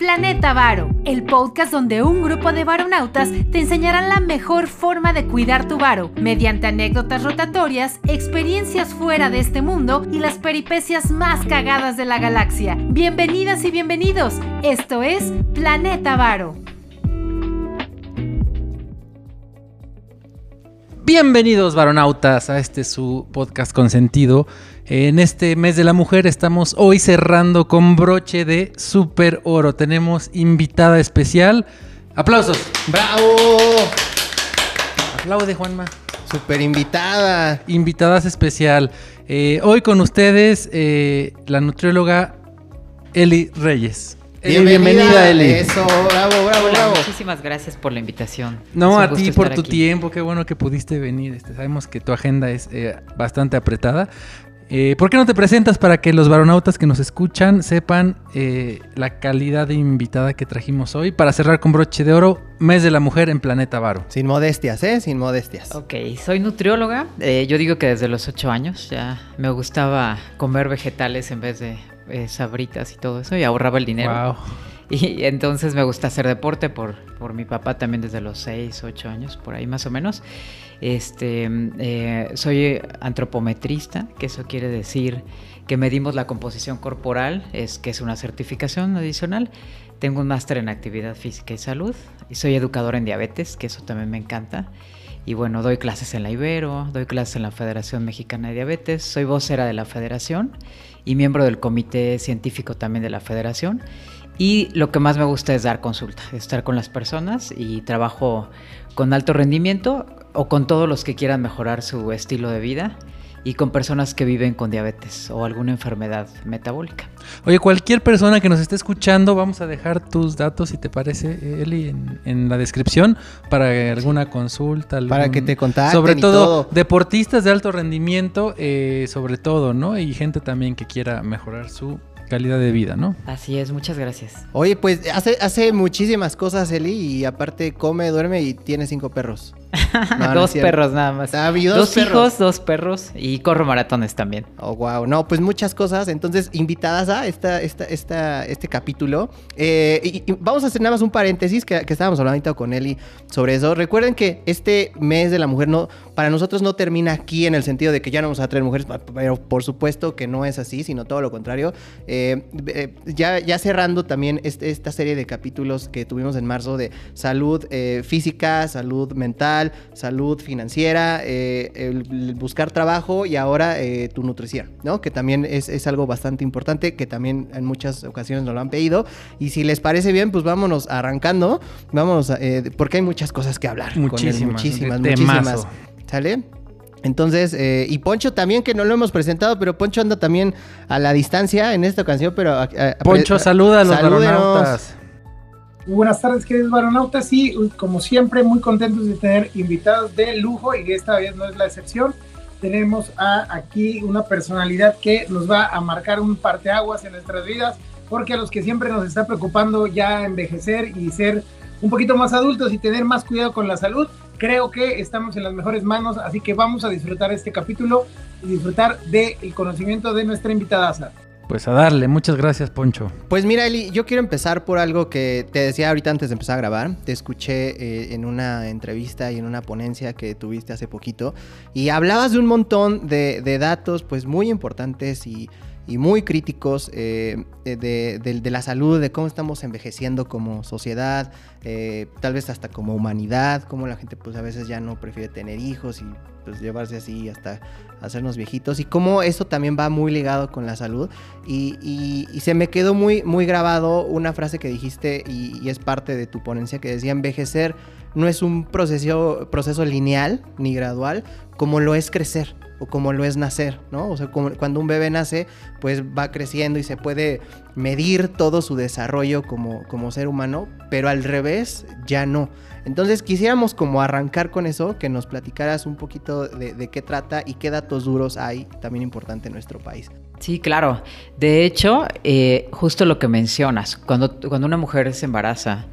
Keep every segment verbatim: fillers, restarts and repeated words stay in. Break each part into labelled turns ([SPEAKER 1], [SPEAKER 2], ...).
[SPEAKER 1] Planeta Varo, el podcast donde un grupo de varonautas te enseñarán la mejor forma de cuidar tu varo, mediante anécdotas rotatorias, experiencias fuera de este mundo y las peripecias más cagadas de la galaxia. Bienvenidas y bienvenidos, esto es Planeta Varo.
[SPEAKER 2] Bienvenidos varonautas a este su podcast consentido. En este mes de la mujer estamos hoy cerrando con broche de super oro. Tenemos invitada especial. ¡Aplausos!
[SPEAKER 3] ¡Bravo!
[SPEAKER 2] Aplaude, Juanma.
[SPEAKER 3] Super invitada.
[SPEAKER 2] Invitadas especial. Eh, hoy con ustedes eh, la nutrióloga Eli Reyes.
[SPEAKER 3] Eli, bienvenida, bienvenida Eli. Eso, bravo, bravo,
[SPEAKER 4] Hola,
[SPEAKER 3] bravo.
[SPEAKER 4] Muchísimas gracias por la invitación.
[SPEAKER 2] No, a ti por tu aquí. tiempo, qué bueno que pudiste venir. Este, sabemos que tu agenda es eh, bastante apretada. Eh, ¿Por qué no te presentas para que los varonautas que nos escuchan sepan eh, la calidad de invitada que trajimos hoy para cerrar con broche de oro, mes de la mujer en Planeta Varo?
[SPEAKER 3] Sin modestias, ¿eh? Sin modestias.
[SPEAKER 4] Ok, soy nutrióloga. Eh, yo digo que desde los ocho años ya me gustaba comer vegetales en vez de eh, sabritas y todo eso y ahorraba el dinero.
[SPEAKER 2] Wow.
[SPEAKER 4] Y entonces me gusta hacer deporte por, por mi papá también desde los seis, ocho años, por ahí más o menos. Este, eh, soy antropometrista, que eso quiere decir que medimos la composición corporal, es que es una certificación adicional. Tengo un máster en actividad física y salud y soy educadora en diabetes, que eso también me encanta. Y bueno, doy clases en la Ibero, doy clases en la Federación Mexicana de Diabetes, soy vocera de la Federación y miembro del comité científico también de la Federación. Y lo que más me gusta es dar consulta, estar con las personas y trabajo con alto rendimiento o con todos los que quieran mejorar su estilo de vida y con personas que viven con diabetes o alguna enfermedad metabólica.
[SPEAKER 2] Oye, cualquier persona que nos esté escuchando, vamos a dejar tus datos, si te parece, Eli, en, en la descripción para alguna consulta. Algún,
[SPEAKER 3] para que te contacten.
[SPEAKER 2] Sobre
[SPEAKER 3] y
[SPEAKER 2] todo,
[SPEAKER 3] todo,
[SPEAKER 2] deportistas de alto rendimiento, eh, sobre todo, ¿no? Y gente también que quiera mejorar su calidad de vida, ¿no?
[SPEAKER 4] Así es, muchas gracias.
[SPEAKER 3] Oye, pues hace, hace muchísimas cosas, Eli, y aparte come, duerme y tiene cinco perros.
[SPEAKER 4] No, dos no perros nada más.
[SPEAKER 3] Ah, dos
[SPEAKER 4] dos
[SPEAKER 3] perros.
[SPEAKER 4] hijos, dos perros y corro maratones también.
[SPEAKER 3] Oh, wow. No, pues muchas cosas. Entonces, invitadas a esta, esta, esta, este capítulo. Eh, y, y vamos a hacer nada más un paréntesis que, que estábamos hablando ahorita con Eli sobre eso. Recuerden que este mes de la mujer no, para nosotros no termina aquí en el sentido de que ya no vamos a traer mujeres, pero por supuesto que no es así, sino todo lo contrario. Eh, eh, ya, ya cerrando también este, esta serie de capítulos que tuvimos en marzo de salud eh, física, salud mental, salud financiera, eh, el, el buscar trabajo y ahora eh, tu nutrición, ¿no? Que también es, es algo bastante importante, que también en muchas ocasiones nos lo han pedido. Y si les parece bien, pues vámonos arrancando, vámonos, a, eh, porque hay muchas cosas que hablar.
[SPEAKER 2] Muchísimas,
[SPEAKER 3] con él, muchísimas, muchísimas. ¿Sale? Entonces, eh, y Poncho también, que no lo hemos presentado, pero Poncho anda también a la distancia en esta ocasión, pero... A, a,
[SPEAKER 2] Poncho,
[SPEAKER 3] a,
[SPEAKER 2] saluda a los
[SPEAKER 3] salúdenos.
[SPEAKER 2] varonautas.
[SPEAKER 5] Buenas tardes, queridos varonautas, y como siempre muy contentos de tener invitados de lujo y esta vez no es la excepción. Tenemos a, aquí una personalidad que nos va a marcar un parteaguas en nuestras vidas, porque a los que siempre nos está preocupando ya envejecer y ser un poquito más adultos y tener más cuidado con la salud, creo que estamos en las mejores manos, así que vamos a disfrutar este capítulo y disfrutar del conocimiento de nuestra invitada.
[SPEAKER 2] Pues a darle, muchas gracias, Poncho.
[SPEAKER 3] Pues mira, Eli, yo quiero empezar por algo que te decía ahorita antes de empezar a grabar. Te escuché eh, en una entrevista y en una ponencia que tuviste hace poquito y hablabas de un montón de, de datos pues muy importantes y, y muy críticos eh, de, de, de la salud, de cómo estamos envejeciendo como sociedad, eh, tal vez hasta como humanidad, cómo la gente pues a veces ya no prefiere tener hijos y pues llevarse así hasta hacernos viejitos y cómo eso también va muy ligado con la salud y, y, y se me quedó muy, muy grabado una frase que dijiste y, y es parte de tu ponencia que decía: envejecer no es un proceso, proceso lineal ni gradual como lo es crecer o como lo es nacer, ¿no? O sea, como cuando un bebé nace, pues va creciendo y se puede medir todo su desarrollo como, como ser humano, pero al revés ya no. Entonces quisiéramos como arrancar con eso, que nos platicaras un poquito de, de qué trata y qué datos duros hay también importante en nuestro país.
[SPEAKER 4] Sí, claro. De hecho, eh, justo lo que mencionas, cuando, cuando una mujer se embaraza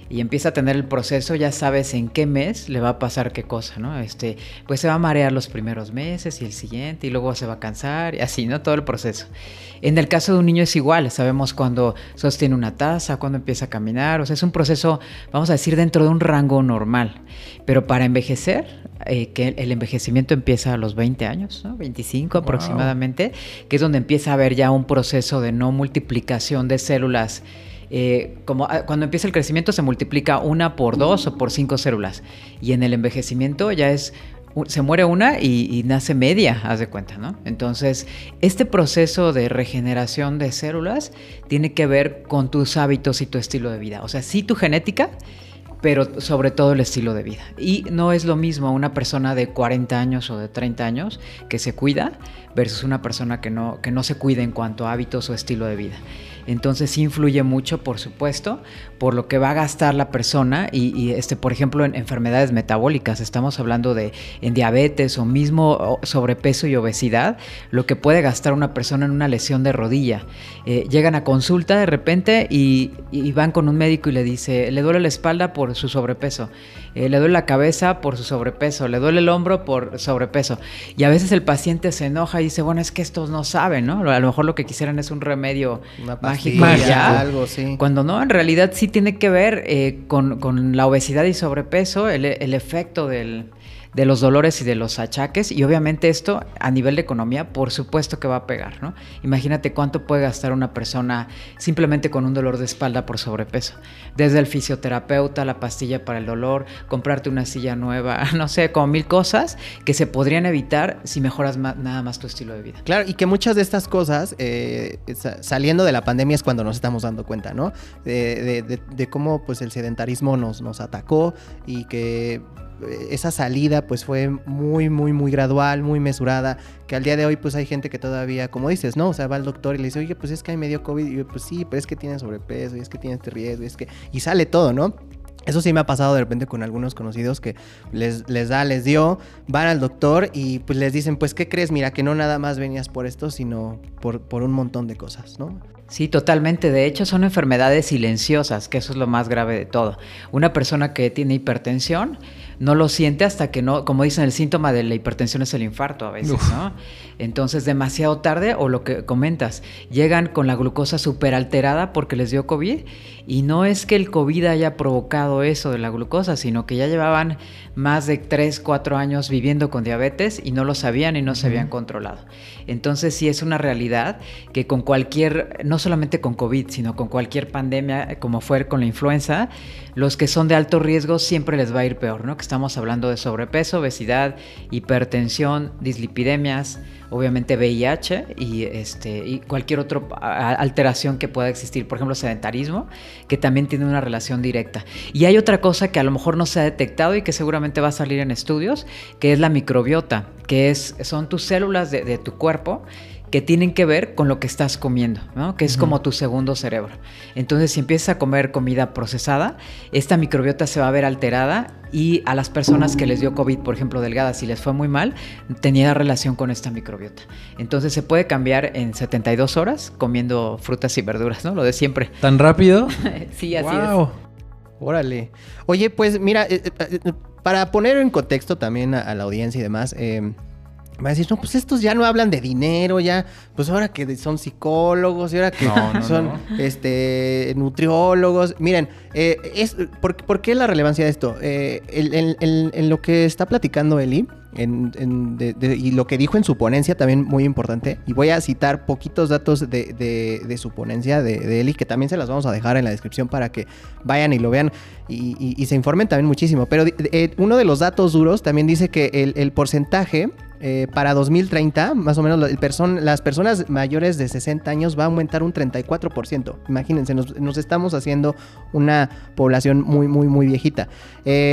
[SPEAKER 4] y empieza a tener el proceso, ya sabes en qué mes le va a pasar qué cosa, ¿no? Este, pues se va a marear los primeros meses y el siguiente, y luego se va a cansar, y así, ¿no? Todo el proceso. En el caso de un niño es igual, sabemos cuándo sostiene una taza, cuándo empieza a caminar, o sea, es un proceso, vamos a decir, dentro de un rango normal. Pero para envejecer, eh, que el envejecimiento empieza a los veinte años, ¿no? veinticinco wow. aproximadamente, que es donde empieza a haber ya un proceso de no multiplicación de células. Eh, como cuando empieza el crecimiento se multiplica una por dos o por cinco células, y en el envejecimiento ya es se muere una y, y nace media, haz de cuenta, ¿no? Entonces, este proceso de regeneración de células tiene que ver con tus hábitos y tu estilo de vida. O sea, sí tu genética, pero sobre todo el estilo de vida. Y no es lo mismo una persona de cuarenta años o de treinta años que se cuida versus una persona que no, que no se cuida en cuanto a hábitos o estilo de vida. Entonces sí influye mucho, por supuesto, por lo que va a gastar la persona y, y este, por ejemplo, en enfermedades metabólicas, estamos hablando de en diabetes o mismo sobrepeso y obesidad, lo que puede gastar una persona en una lesión de rodilla. Eh, llegan a consulta de repente y, y van con un médico y le dice, le duele la espalda por su sobrepeso, eh, le duele la cabeza por su sobrepeso, le duele el hombro por sobrepeso. Y a veces el paciente se enoja y dice, bueno, es que estos no saben, ¿no? A lo mejor lo que quisieran es un remedio mágico, ya, algo, sí. Cuando no, en realidad sí tiene que ver eh, con, con la obesidad y sobrepeso, el, el efecto del, de los dolores y de los achaques, y obviamente esto a nivel de economía, por supuesto que va a pegar, ¿no? Imagínate cuánto puede gastar una persona simplemente con un dolor de espalda por sobrepeso. Desde el fisioterapeuta, la pastilla para el dolor, comprarte una silla nueva, no sé, como mil cosas que se podrían evitar si mejoras ma- nada más tu estilo de vida.
[SPEAKER 3] Claro, y que muchas de estas cosas, eh, saliendo de la pandemia es cuando nos estamos dando cuenta, ¿no? De, de, de, de cómo pues el sedentarismo nos, nos atacó y que esa salida pues fue muy, muy, muy gradual, muy mesurada, que al día de hoy pues hay gente que todavía, como dices, ¿no? O sea, va al doctor y le dice, oye, pues es que hay medio COVID, y yo, pues sí, pero es que tiene sobrepeso, y es que tiene este riesgo, y es que... Y sale todo, ¿no? Eso sí me ha pasado de repente con algunos conocidos que les, les da, les dio, van al doctor y pues les dicen, pues, ¿qué crees? Mira, que no nada más venías por esto, sino por, por un montón de cosas, ¿no?
[SPEAKER 4] Sí, totalmente. De hecho, son enfermedades silenciosas, que eso es lo más grave de todo. Una persona que tiene hipertensión no lo siente hasta que no, como dicen, el síntoma de la hipertensión es el infarto a veces, Uf. ¿no? Entonces, demasiado tarde, o lo que comentas, llegan con la glucosa súper alterada porque les dio COVID, y no es que el COVID haya provocado eso de la glucosa, sino que ya llevaban más de tres, cuatro años viviendo con diabetes y no lo sabían y no se habían controlado. Entonces, sí es una realidad que con cualquier, no solamente con COVID, sino con cualquier pandemia, como fue con la influenza, los que son de alto riesgo siempre les va a ir peor, ¿no? Que estamos hablando de sobrepeso, obesidad, hipertensión, dislipidemias, obviamente V I H y, este, y cualquier otra alteración que pueda existir, por ejemplo, sedentarismo, que también tiene una relación directa. Y hay otra cosa que a lo mejor no se ha detectado y que seguramente va a salir en estudios, que es la microbiota, que es, son tus células de, de tu cuerpo, que tienen que ver con lo que estás comiendo, ¿no? Que es uh-huh. como tu segundo cerebro. Entonces, si empiezas a comer comida procesada, esta microbiota se va a ver alterada, y a las personas que les dio COVID, por ejemplo, delgadas, si les fue muy mal, tenía relación con esta microbiota. Entonces, se puede cambiar en setenta y dos horas comiendo frutas y verduras, ¿no? Lo de siempre.
[SPEAKER 2] ¿Tan rápido?
[SPEAKER 4] Sí, así
[SPEAKER 2] wow.
[SPEAKER 4] es.
[SPEAKER 3] Órale. Oye, pues mira, eh, eh, para poner en contexto también a, a la audiencia y demás, eh, va a decir, no, pues estos ya no hablan de dinero, ya, pues ahora que son psicólogos y ahora que
[SPEAKER 2] no, no,
[SPEAKER 3] son
[SPEAKER 2] no.
[SPEAKER 3] este nutriólogos. Miren, eh, es, ¿por, ¿por qué la relevancia de esto? Eh, el, el, el, en lo que está platicando Eli, en, en, de, de, y lo que dijo en su ponencia también muy importante, y voy a citar poquitos datos de, de, de su ponencia de, de Eli, que también se las vamos a dejar en la descripción para que vayan y lo vean y, y, y se informen también muchísimo. Pero eh, uno de los datos duros también dice que el, el porcentaje Eh, para dos mil treinta, más o menos, el person- las personas mayores de sesenta años va a aumentar un treinta y cuatro por ciento. Imagínense, nos, nos estamos haciendo una población muy, muy, muy viejita. Eh,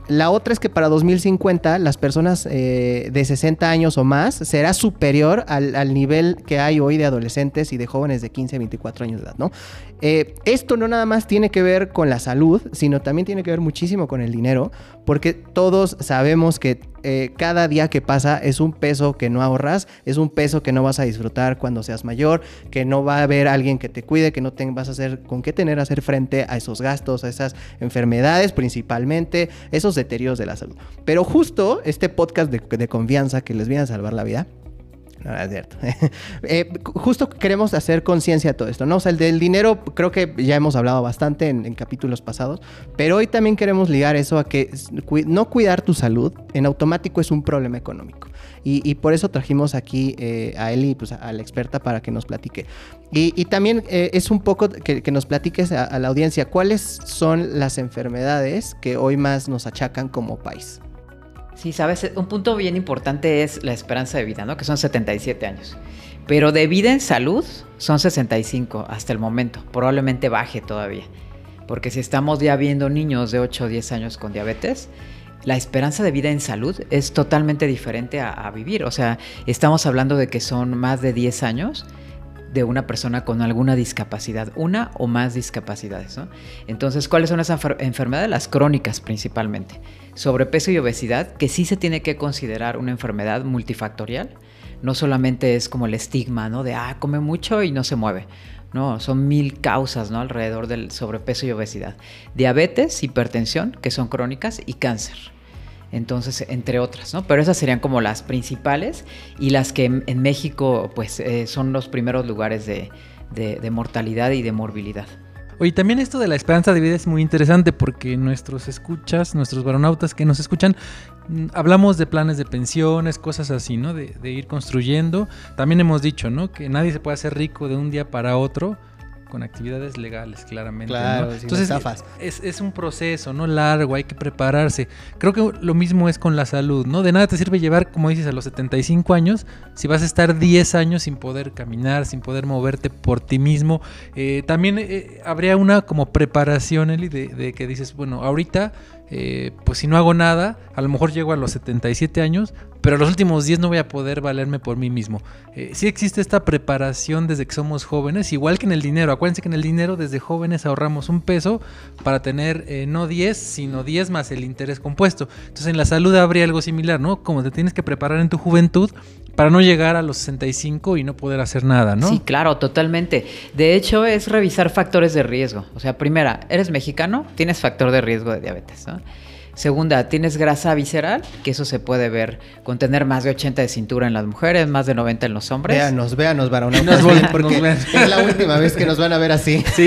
[SPEAKER 3] la otra es que para dos mil cincuenta las personas eh, de sesenta años o más será superior al, al nivel que hay hoy de adolescentes y de jóvenes de quince a veinticuatro años de edad, ¿no? Eh, esto no nada más tiene que ver con la salud, sino también tiene que ver muchísimo con el dinero, porque todos sabemos que eh, cada día que pasa es un peso que no ahorras, es un peso que no vas a disfrutar cuando seas mayor, que no va a haber alguien que te cuide, que no te, vas a hacer con qué tener a hacer frente a esos gastos, a esas enfermedades principalmente, esos deterioros de la salud. Pero justo este podcast de, de confianza que les viene a salvar la vida, no, es cierto. eh, justo queremos hacer conciencia de todo esto, ¿no? O sea, el del dinero creo que ya hemos hablado bastante en, en capítulos pasados, pero hoy también queremos ligar eso a que cu- no cuidar tu salud en automático es un problema económico. Y, y por eso trajimos aquí eh, a Eli, pues a, a la experta, para que nos platique. Y, y también eh, es un poco que, que nos platiques a, a la audiencia cuáles son las enfermedades que hoy más nos achacan como país.
[SPEAKER 4] Sí, sabes, un punto bien importante es la esperanza de vida, ¿no? Que son setenta y siete años. Pero de vida en salud son sesenta y cinco hasta el momento. Probablemente baje todavía. Porque si estamos ya viendo niños de ocho o diez años con diabetes, la esperanza de vida en salud es totalmente diferente a, a vivir. O sea, estamos hablando de que son más de diez años de una persona con alguna discapacidad, una o más discapacidades, ¿no? Entonces, ¿cuáles son esas enfermedades? Las crónicas principalmente. Sobrepeso y obesidad, que sí se tiene que considerar una enfermedad multifactorial. No solamente es como el estigma, ¿no? De, ah, come mucho y no se mueve. No, son mil causas, ¿no? Alrededor del sobrepeso y obesidad. Diabetes, hipertensión, que son crónicas, y cáncer. Entonces, entre otras, ¿no? Pero esas serían como las principales y las que en, en México, pues, eh, son los primeros lugares de, de, de mortalidad y de morbilidad.
[SPEAKER 2] Oye, también esto de la esperanza de vida es muy interesante porque nuestros escuchas, nuestros varonautas que nos escuchan, hablamos de planes de pensiones, cosas así, ¿no? De, de ir construyendo. También hemos dicho, ¿no? Que nadie se puede hacer rico de un día para otro con actividades legales, claramente.
[SPEAKER 3] Claro,
[SPEAKER 2] ¿no?
[SPEAKER 3] sin
[SPEAKER 2] Entonces,
[SPEAKER 3] estafas.
[SPEAKER 2] es, es un proceso, ¿no? Largo, hay que prepararse. Creo que lo mismo es con la salud, ¿no? De nada te sirve llevar, como dices, a los setenta y cinco años si vas a estar diez años sin poder caminar, sin poder moverte por ti mismo. Eh, también eh, habría una como preparación, Eli, de, de que dices, bueno, ahorita, eh, pues si no hago nada, a lo mejor llego a los setenta y siete años, pero los últimos diez no voy a poder valerme por mí mismo. Eh, sí existe esta preparación desde que somos jóvenes, igual que en el dinero. Acuérdense que en el dinero desde jóvenes ahorramos un peso para tener eh, no diez, sino diez más el interés compuesto. Entonces en la salud habría algo similar, ¿no? Como te tienes que preparar en tu juventud para no llegar a los sesenta y cinco y no poder hacer nada, ¿no?
[SPEAKER 4] Sí, claro, totalmente. De hecho, es revisar factores de riesgo. O sea, primera, ¿eres mexicano? Tienes factor de riesgo de diabetes, ¿no? Segunda, tienes grasa visceral, que eso se puede ver con tener más de ochenta de cintura en las mujeres, más de noventa en los hombres.
[SPEAKER 3] Véanos, véanos, varonautas, bien, porque es la última vez que nos van a ver así.
[SPEAKER 2] Sí.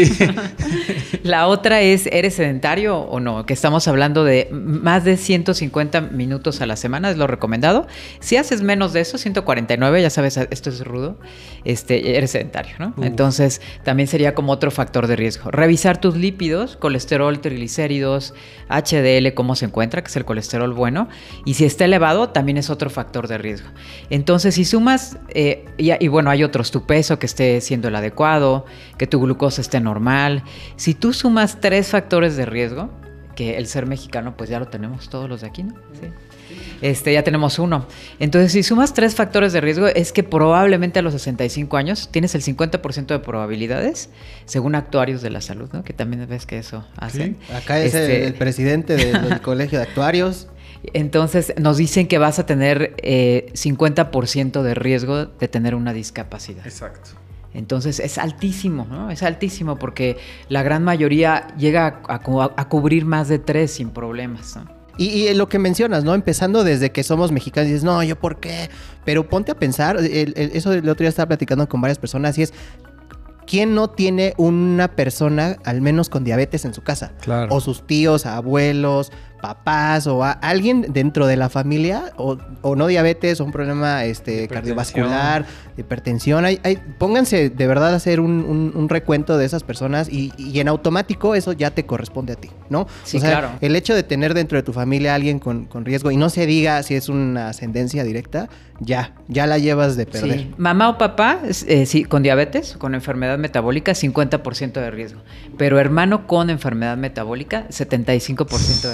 [SPEAKER 4] La otra es, ¿eres sedentario o no? Que estamos hablando de más de ciento cincuenta minutos a la semana, es lo recomendado. Si haces menos de eso, ciento cuarenta y nueve, ya sabes, esto es rudo, este, eres sedentario, ¿no? Uh. Entonces, también sería como otro factor de riesgo. Revisar tus lípidos, colesterol, triglicéridos, H D L, cómo se encuentra, que es el colesterol bueno, y si está elevado, también es otro factor de riesgo. Entonces, si sumas, eh, y, y bueno, hay otros, tu peso que esté siendo el adecuado, que tu glucosa esté normal. Si tú sumas tres factores de riesgo, que el ser mexicano, pues ya lo tenemos todos los de aquí, ¿no? Sí. Este, ya tenemos uno. Entonces, si sumas tres factores de riesgo, es que probablemente a los sesenta y cinco años tienes el cincuenta por ciento de probabilidades, según actuarios de la salud, ¿no? Que también ves que eso hacen.
[SPEAKER 3] Sí. Acá es este... el, el presidente de, del Colegio de Actuarios.
[SPEAKER 4] Entonces, nos dicen que vas a tener eh, cincuenta por ciento de riesgo de tener una discapacidad.
[SPEAKER 2] Exacto.
[SPEAKER 4] Entonces es altísimo, ¿no? Es altísimo porque la gran mayoría llega a, a, a cubrir más de tres sin problemas, ¿no?
[SPEAKER 3] Y, y lo que mencionas, ¿no? Empezando desde que somos mexicanos y dices, no, ¿yo por qué? Pero ponte a pensar, el, el, eso el otro día estaba platicando con varias personas y es, ¿quién no tiene una persona al menos con diabetes en su casa?
[SPEAKER 2] Claro.
[SPEAKER 3] O sus tíos, abuelos, papás o a alguien dentro de la familia o, o no diabetes o un problema este, cardiovascular, de hipertensión. Hay, hay, pónganse de verdad a hacer un, un, un recuento de esas personas y, y en automático eso ya te corresponde a ti, ¿no?
[SPEAKER 4] Sí,
[SPEAKER 3] o sea,
[SPEAKER 4] claro.
[SPEAKER 3] El hecho de tener dentro de tu familia a alguien con, con riesgo y no se diga si es una ascendencia directa, ya, ya la llevas de perder.
[SPEAKER 4] Sí. Mamá o papá eh, sí, con diabetes, con enfermedad metabólica, cincuenta por ciento de riesgo. Pero hermano con enfermedad metabólica, setenta y cinco por ciento de riesgo.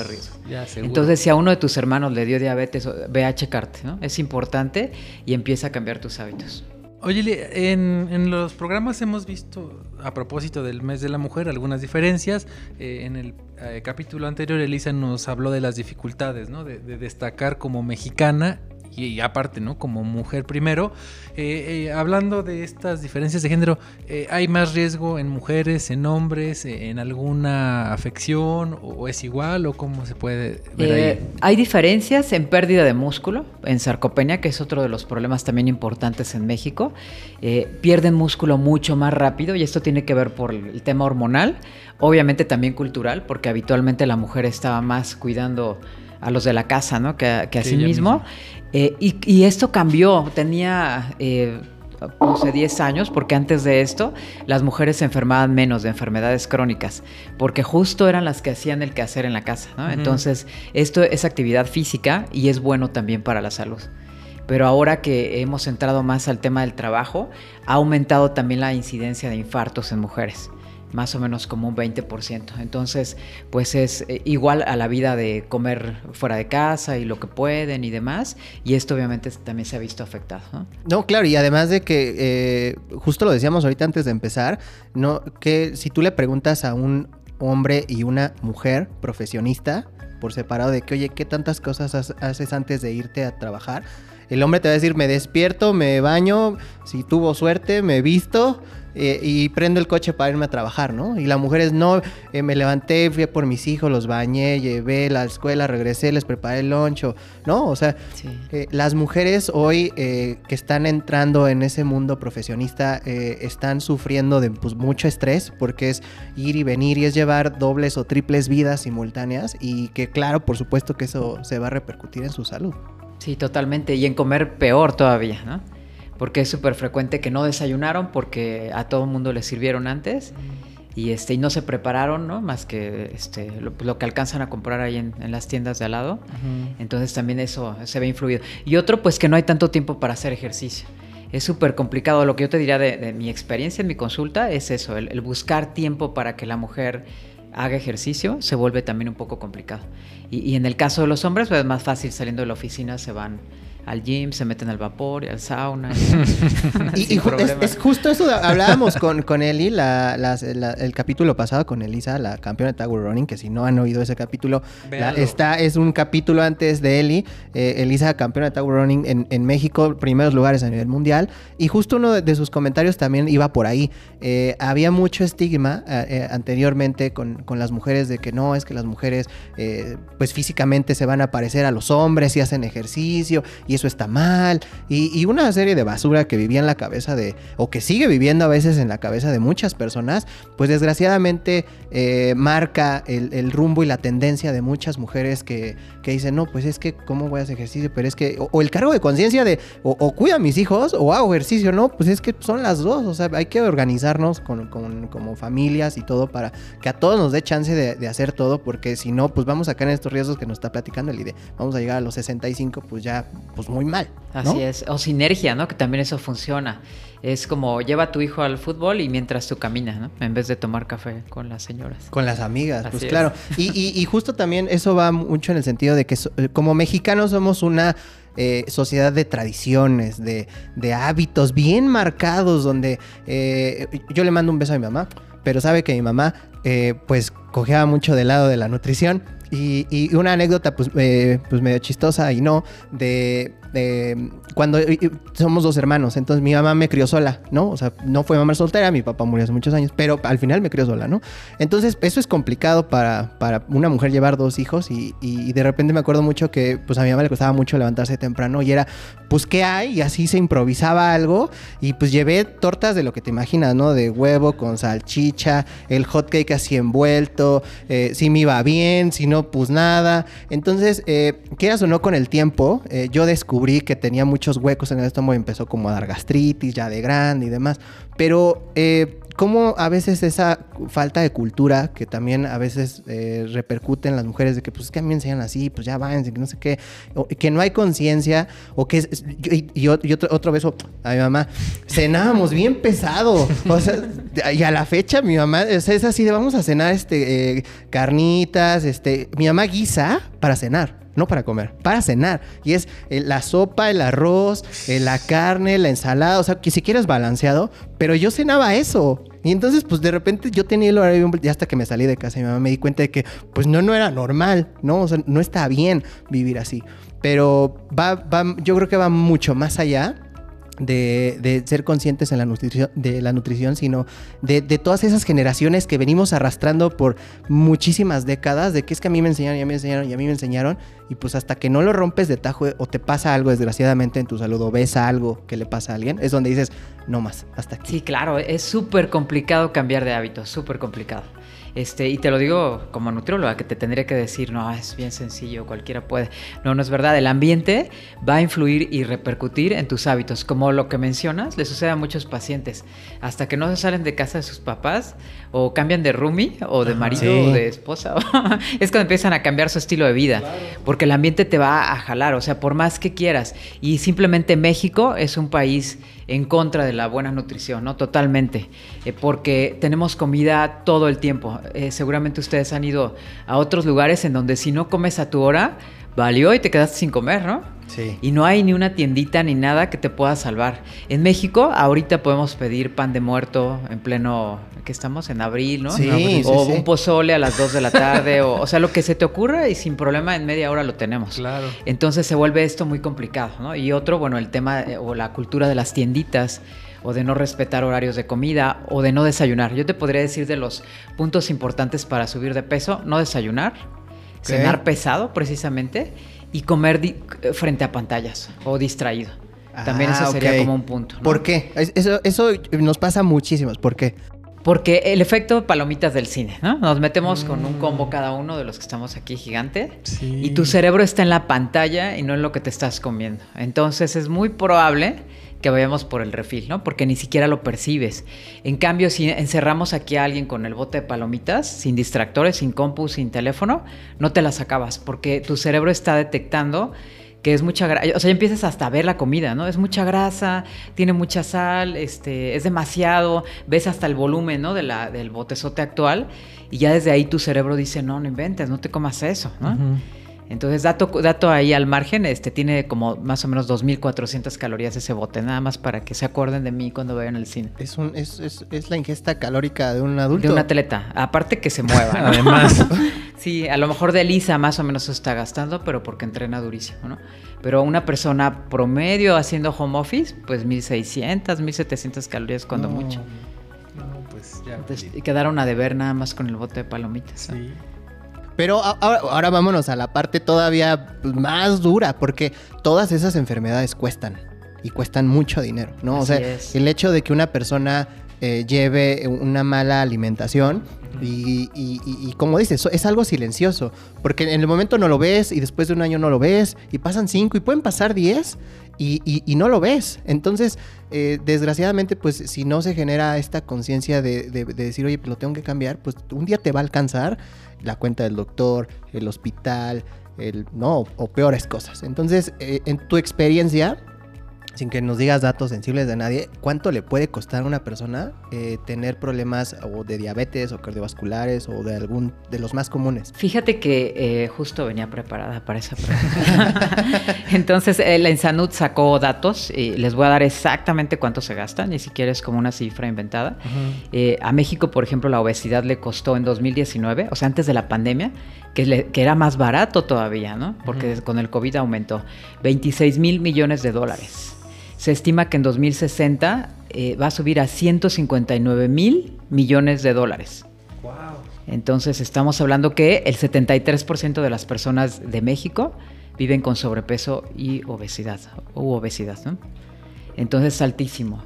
[SPEAKER 2] Ya, seguro.
[SPEAKER 4] Entonces, si a uno de tus hermanos le dio diabetes, ve a checarte, ¿no? Es importante y empieza a cambiar tus hábitos.
[SPEAKER 2] Oye, en, en los programas hemos visto, a propósito del mes de la mujer, algunas diferencias. Eh, en el eh, capítulo anterior, Elisa nos habló de las dificultades, ¿no? De, de destacar como mexicana y, y aparte, ¿no? Como mujer primero. Eh, eh, hablando de estas diferencias de género, eh, ¿hay más riesgo en mujeres, en hombres, eh, en alguna afección? ¿O, o es igual? ¿O cómo se puede ver
[SPEAKER 4] eh,
[SPEAKER 2] ahí?
[SPEAKER 4] Hay diferencias en pérdida de músculo, en sarcopenia, que es otro de los problemas también importantes en México. Eh, pierden músculo mucho más rápido y esto tiene que ver por el tema hormonal, obviamente también cultural, porque habitualmente la mujer estaba más cuidando a los de la casa, ¿no? que, que a sí, sí mismo. Eh, y, y esto cambió, tenía, eh, no sé, diez años, porque antes de esto las mujeres se enfermaban menos de enfermedades crónicas, porque justo eran las que hacían el quehacer en la casa, ¿no? Uh-huh. Entonces, esto es actividad física y es bueno también para la salud. Pero ahora que hemos entrado más al tema del trabajo, ha aumentado también la incidencia de infartos en mujeres, más o menos como un veinte por ciento. Entonces, pues es igual a la vida de comer fuera de casa y lo que pueden y demás, y esto obviamente también se ha visto afectado, ¿no?
[SPEAKER 3] No, claro, y además de que, eh, justo lo decíamos ahorita antes de empezar, no, que si tú le preguntas a un hombre y una mujer profesionista por separado de que, oye, ¿qué tantas cosas haces antes de irte a trabajar? El hombre te va a decir, me despierto, me baño, si tuvo suerte, me visto eh, y prendo el coche para irme a trabajar, ¿no? Y la mujer es, no, eh, me levanté, fui por mis hijos, los bañé, llevé a la escuela, regresé, les preparé el lunch, ¿no? O sea, sí. eh, las mujeres hoy eh, que están entrando en ese mundo profesionista eh, están sufriendo de pues, mucho estrés, porque es ir y venir y es llevar dobles o triples vidas simultáneas y que claro, por supuesto que eso se va a repercutir en su salud.
[SPEAKER 4] Sí, totalmente. Y en comer peor todavía, ¿no? Porque es súper frecuente que no desayunaron porque a todo el mundo les sirvieron antes y, este, y no se prepararon, ¿no? Más que este, lo, lo que alcanzan a comprar ahí en, en las tiendas de al lado. Uh-huh. Entonces también eso se ve influido. Y otro, pues que no hay tanto tiempo para hacer ejercicio. Es súper complicado. Lo que yo te diría de, de mi experiencia en mi consulta es eso, el, el buscar tiempo para que la mujer haga ejercicio se vuelve también un poco complicado. Y, y en el caso de los hombres, pues es más fácil, saliendo de la oficina se van al gym, se meten al vapor y al sauna. Y,
[SPEAKER 3] y, y es, es justo eso, hablábamos con, con Eli la, la, la, el capítulo pasado con Elisa, la campeona de Tower Running, que si no han oído ese capítulo, la, está, es un capítulo antes de Eli, eh, Elisa, campeona de Tower Running en, en México, primeros lugares a nivel mundial, y justo uno de, de sus comentarios también iba por ahí. Eh, había mucho estigma eh, anteriormente con, con las mujeres de que no, es que las mujeres eh, pues físicamente se van a parecer a los hombres y hacen ejercicio y eso está mal, y, y una serie de basura que vivía en la cabeza de, o que sigue viviendo a veces en la cabeza de muchas personas, pues desgraciadamente eh, marca el, el rumbo y la tendencia de muchas mujeres que, que dicen, no, pues es que ¿cómo voy a hacer ejercicio? Pero es que, o, o el cargo de conciencia de, o, o cuido a mis hijos, o hago ejercicio, no, pues es que son las dos, o sea, hay que organizarnos con, con, como familias y todo para que a todos nos dé chance de, de hacer todo, porque si no, pues vamos a caer en estos riesgos que nos está platicando el I D E. Vamos a llegar a los sesenta y cinco, pues ya, pues muy mal, ¿no?
[SPEAKER 4] Así es, o sinergia, ¿no? Que también eso funciona. Es como lleva a tu hijo al fútbol y mientras tú caminas, ¿no? En vez de tomar café con las señoras.
[SPEAKER 3] Con las amigas,
[SPEAKER 4] Así
[SPEAKER 3] pues
[SPEAKER 4] es.
[SPEAKER 3] claro. Y, y, y justo también eso va mucho en el sentido de que so, como mexicanos somos una eh, sociedad de tradiciones, de, de hábitos bien marcados, donde eh, yo le mando un beso a mi mamá, pero sabe que mi mamá eh, pues cojeaba mucho del lado de la nutrición. Y, y una anécdota pues, eh, pues medio chistosa y no, de, de cuando y, y somos dos hermanos, entonces mi mamá me crió sola, ¿no? O sea, no fue mamá soltera, mi papá murió hace muchos años, pero al final me crió sola, ¿no? Entonces eso es complicado para, para una mujer llevar dos hijos y, y de repente me acuerdo mucho que pues a mi mamá le costaba mucho levantarse temprano y era, pues ¿qué hay? Y así se improvisaba algo y pues llevé tortas de lo que te imaginas, ¿no? De huevo con salchicha, el hot cake así envuelto, eh, si me iba bien, si no pues nada. Entonces, eh, quieras o no, con el tiempo, eh, yo descubrí que tenía muchos huecos en el estómago y empezó como a dar gastritis ya de grande y demás. Pero, eh, cómo a veces esa falta de cultura que también a veces eh, repercute en las mujeres de que pues es que a mí me enseñan así, pues ya váyanse, que no sé qué, o, que no hay conciencia, o que es, y, y, y otro, otro beso a mi mamá, cenábamos bien pesado, o sea, y a la fecha mi mamá, o sea, es así de vamos a cenar este eh, carnitas, este, mi mamá guisa para cenar. No para comer, para cenar. Y es eh, la sopa, el arroz, eh, la carne, la ensalada. O sea, que si quieres balanceado. Pero yo cenaba eso. Y entonces, pues de repente yo tenía el horario. Y hasta que me salí de casa, mi mamá me di cuenta de que, pues no, no era normal, ¿no? O sea, no está bien vivir así. Pero va, va, yo creo que va mucho más allá de, de ser conscientes en la nutrición, de la nutrición, sino de, de todas esas generaciones que venimos arrastrando por muchísimas décadas, de que es que a mí me enseñaron, y a mí me enseñaron, y a mí me enseñaron, y pues hasta que no lo rompes de tajo o te pasa algo desgraciadamente en tu salud o ves algo que le pasa a alguien, es donde dices, no más, hasta aquí.
[SPEAKER 4] Sí, claro, es súper complicado cambiar de hábitos, súper complicado. Este, y te lo digo como nutrióloga, que te tendría que decir, no, es bien sencillo, cualquiera puede. No, no es verdad. El ambiente va a influir y repercutir en tus hábitos. Como lo que mencionas, le sucede a muchos pacientes. Hasta que no se salen de casa de sus papás, o cambian de roomie, o de marido, sí. o de esposa, es cuando empiezan a cambiar su estilo de vida. Claro. Porque el ambiente te va a jalar, o sea, por más que quieras. Y simplemente México es un país en contra de la buena nutrición, ¿no? Totalmente. Eh, porque tenemos comida todo el tiempo. Eh, seguramente ustedes han ido a otros lugares en donde si no comes a tu hora, valió y te quedaste sin comer, ¿no?
[SPEAKER 3] Sí.
[SPEAKER 4] Y no hay ni una tiendita ni nada que te pueda salvar. En México, ahorita podemos pedir pan de muerto en pleno, ¿qué estamos? En abril, ¿no?
[SPEAKER 3] Sí,
[SPEAKER 4] no,
[SPEAKER 3] sí,
[SPEAKER 4] o
[SPEAKER 3] sí.
[SPEAKER 4] un pozole a las dos de la tarde, o, o sea, lo que se te ocurra y sin problema en media hora lo tenemos.
[SPEAKER 2] Claro.
[SPEAKER 4] Entonces se vuelve esto muy complicado, ¿no? Y otro, bueno, el tema eh, o la cultura de las tienditas, o de no respetar horarios de comida, o de no desayunar. Yo te podría decir de los puntos importantes para subir de peso: no desayunar, ¿qué? Cenar pesado precisamente, y comer di- frente a pantallas o distraído. También
[SPEAKER 3] Ah,
[SPEAKER 4] eso sería
[SPEAKER 3] okay.
[SPEAKER 4] como un punto, ¿no?
[SPEAKER 3] ¿Por qué? Eso, eso nos pasa muchísimos. ¿Por qué?
[SPEAKER 4] Porque el efecto palomitas del cine, ¿no? Nos metemos mm. con un combo cada uno de los que estamos aquí gigante,
[SPEAKER 2] sí.
[SPEAKER 4] y tu cerebro está en la pantalla y no en lo que te estás comiendo. Entonces es muy probable que vayamos por el refil, ¿no? Porque ni siquiera lo percibes. En cambio, si encerramos aquí a alguien con el bote de palomitas, sin distractores, sin compu, sin teléfono, no te las acabas, porque tu cerebro está detectando que es mucha grasa, o sea, ya empiezas hasta a ver la comida, ¿no? Es mucha grasa, tiene mucha sal, este, es demasiado, ves hasta el volumen, ¿no? De la, del botezote actual, y ya desde ahí tu cerebro dice, no, no inventes, no te comas eso, ¿no? Uh-huh. Entonces, dato, dato ahí al margen, este tiene como más o menos dos mil cuatrocientas calorías ese bote, nada más para que se acuerden de mí cuando vayan al cine.
[SPEAKER 3] Es, un, es, es, es la ingesta calórica de un adulto.
[SPEAKER 4] De un atleta, aparte que se mueva, ¿no?
[SPEAKER 2] Además.
[SPEAKER 4] Sí, a lo mejor de Lisa más o menos se está gastando, pero porque entrena durísimo, ¿no? Pero una persona promedio haciendo home office, pues mil seiscientas, mil setecientas calorías cuando
[SPEAKER 2] no,
[SPEAKER 4] mucho.
[SPEAKER 2] No, pues ya.
[SPEAKER 4] Entonces, quedaron a deber nada más con el bote de palomitas, ¿no?
[SPEAKER 2] Sí.
[SPEAKER 3] Pero ahora, ahora vámonos a la parte todavía más dura, porque todas esas enfermedades cuestan, y cuestan mucho dinero, ¿no?
[SPEAKER 4] Así
[SPEAKER 3] o sea,
[SPEAKER 4] es.
[SPEAKER 3] El hecho de que una persona eh, lleve una mala alimentación, y, y, y, y como dices, es algo silencioso, porque en el momento no lo ves, y después de un año no lo ves, y pasan cinco, y pueden pasar diez, y, y, y no lo ves. Entonces, eh, desgraciadamente, pues si no se genera esta conciencia de, de, de decir, oye, pues lo tengo que cambiar, pues un día te va a alcanzar la cuenta del doctor, el hospital, el no, o peores cosas. Entonces, eh, en tu experiencia, sin que nos digas datos sensibles de nadie, ¿cuánto le puede costar a una persona eh, tener problemas o de diabetes o cardiovasculares o de algún de los más comunes?
[SPEAKER 4] Fíjate que eh, justo venía preparada para esa pregunta. Entonces, eh, la Insanud sacó datos y les voy a dar exactamente cuánto se gasta, ni siquiera es como una cifra inventada. Uh-huh. Eh, a México, por ejemplo, la obesidad le costó en dos mil diecinueve, o sea, antes de la pandemia, que, le, que era más barato todavía, ¿no? Porque uh-huh. con el COVID aumentó, veintiséis mil millones de dólares. Se estima que en dos mil sesenta eh, va a subir a ciento cincuenta y nueve mil millones de dólares.
[SPEAKER 2] Wow.
[SPEAKER 4] Entonces estamos hablando que el setenta y tres por ciento de las personas de México viven con sobrepeso y obesidad, u obesidad, ¿no? Entonces es altísimo.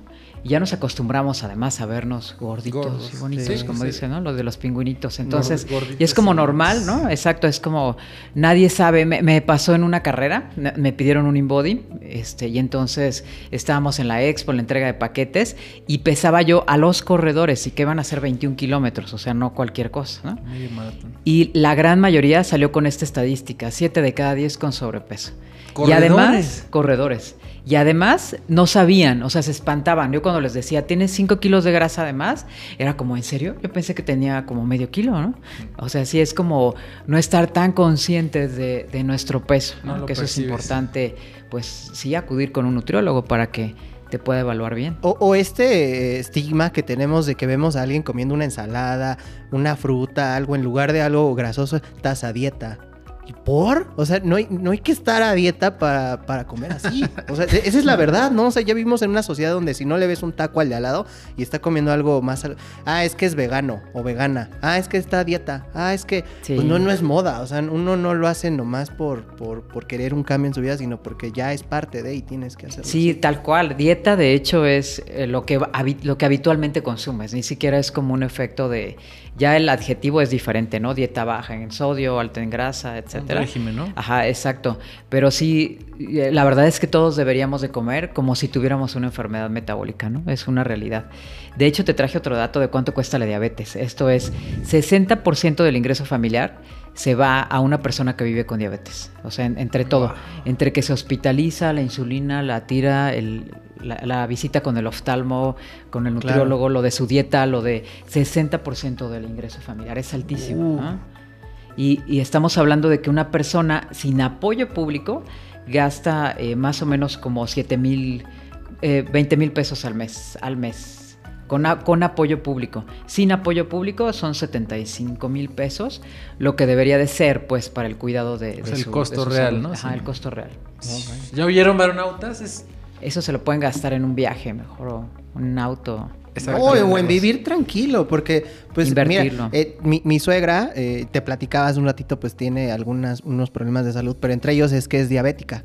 [SPEAKER 4] y ya nos acostumbramos además a vernos gorditos
[SPEAKER 2] Gordos,
[SPEAKER 4] y bonitos,
[SPEAKER 2] sí,
[SPEAKER 4] como
[SPEAKER 2] sí.
[SPEAKER 4] dicen, ¿no? Los de los pingüinitos. Entonces,
[SPEAKER 2] Gorditos,
[SPEAKER 4] y es como
[SPEAKER 2] sí.
[SPEAKER 4] normal, ¿no? Exacto, es como nadie sabe. Me, me pasó en una carrera, me, me pidieron un InBody, este, y entonces estábamos en la expo, en la entrega de paquetes, y pesaba yo a los corredores, y que van a ser veintiún kilómetros, o sea, no cualquier cosa, ¿no?
[SPEAKER 2] Medio maratón.
[SPEAKER 4] Y la gran mayoría salió con esta estadística, siete de cada diez con sobrepeso. Y
[SPEAKER 2] ¿Corredores?
[SPEAKER 4] además, corredores. Y además no sabían, o sea, se espantaban. Yo cuando les decía, ¿tienes cinco kilos de grasa además? Era como, ¿en serio? Yo pensé que tenía como medio kilo, ¿no? O sea, sí es como no estar tan conscientes de, de nuestro peso, ¿no?
[SPEAKER 2] No lo
[SPEAKER 4] que eso
[SPEAKER 2] percibes.
[SPEAKER 4] es importante, pues sí, acudir con un nutriólogo para que te pueda evaluar bien.
[SPEAKER 3] O, o este eh, estigma que tenemos de que vemos a alguien comiendo una ensalada, una fruta, algo en lugar de algo grasoso, estás a dieta. ¿Y por? O sea, no hay, no hay que estar a dieta para, para comer así. O sea, esa es la verdad, ¿no? O sea, ya vivimos en una sociedad donde si no le ves un taco al de al lado y está comiendo algo más... Al... Ah, es que es vegano o vegana. Ah, es que está a dieta. Ah, es que...
[SPEAKER 4] Sí.
[SPEAKER 3] Pues no, no es moda. O sea, uno no lo hace nomás por, por, por querer un cambio en su vida, sino porque ya es parte de y tienes que hacerlo.
[SPEAKER 4] Sí, tal cual. Dieta, de hecho, es eh, lo, que, habi- lo que habitualmente consumes. Ni siquiera es como un efecto de... Ya el adjetivo es diferente, ¿no? Dieta baja en sodio, alta en grasa, etcétera.
[SPEAKER 2] Un régimen, ¿no?
[SPEAKER 4] Ajá, exacto. Pero sí, eh, la verdad es que todos deberíamos de comer como si tuviéramos una enfermedad metabólica, ¿no? Es una realidad. De hecho, te traje otro dato de cuánto cuesta la diabetes. Esto es, sesenta por ciento del ingreso familiar se va a una persona que vive con diabetes. O sea, en, entre todo.
[SPEAKER 2] Wow.
[SPEAKER 4] Entre que se hospitaliza, la insulina, la tira, el, la, la visita con el oftalmo, con el nutriólogo,
[SPEAKER 3] Claro.
[SPEAKER 4] lo de su dieta, lo de sesenta por ciento del ingreso familiar. Es altísimo,
[SPEAKER 3] Uh.
[SPEAKER 4] ¿no? Y, y estamos hablando de que una persona sin apoyo público gasta eh, más o menos como siete mil, eh, veinte mil pesos al mes, al mes. Con, a, con apoyo público. Sin apoyo público son setenta y cinco mil pesos, lo que debería de ser, pues, para el cuidado de,
[SPEAKER 2] O
[SPEAKER 4] de
[SPEAKER 2] sea, el
[SPEAKER 4] su,
[SPEAKER 2] costo
[SPEAKER 4] de su
[SPEAKER 2] real,
[SPEAKER 4] salud.
[SPEAKER 2] ¿no?
[SPEAKER 4] Ajá,
[SPEAKER 2] Sí.
[SPEAKER 4] el costo real.
[SPEAKER 2] ¿Ya oyeron, varonautas? Es...
[SPEAKER 4] Eso se lo pueden gastar en un viaje, mejor, o un auto.
[SPEAKER 2] Exacto.
[SPEAKER 3] O, o en vivir tranquilo, porque pues
[SPEAKER 4] Invertirlo.
[SPEAKER 3] mira, eh, mi, mi suegra, eh, te platicabas un ratito, pues tiene algunas, unos problemas de salud, pero entre ellos es que es diabética.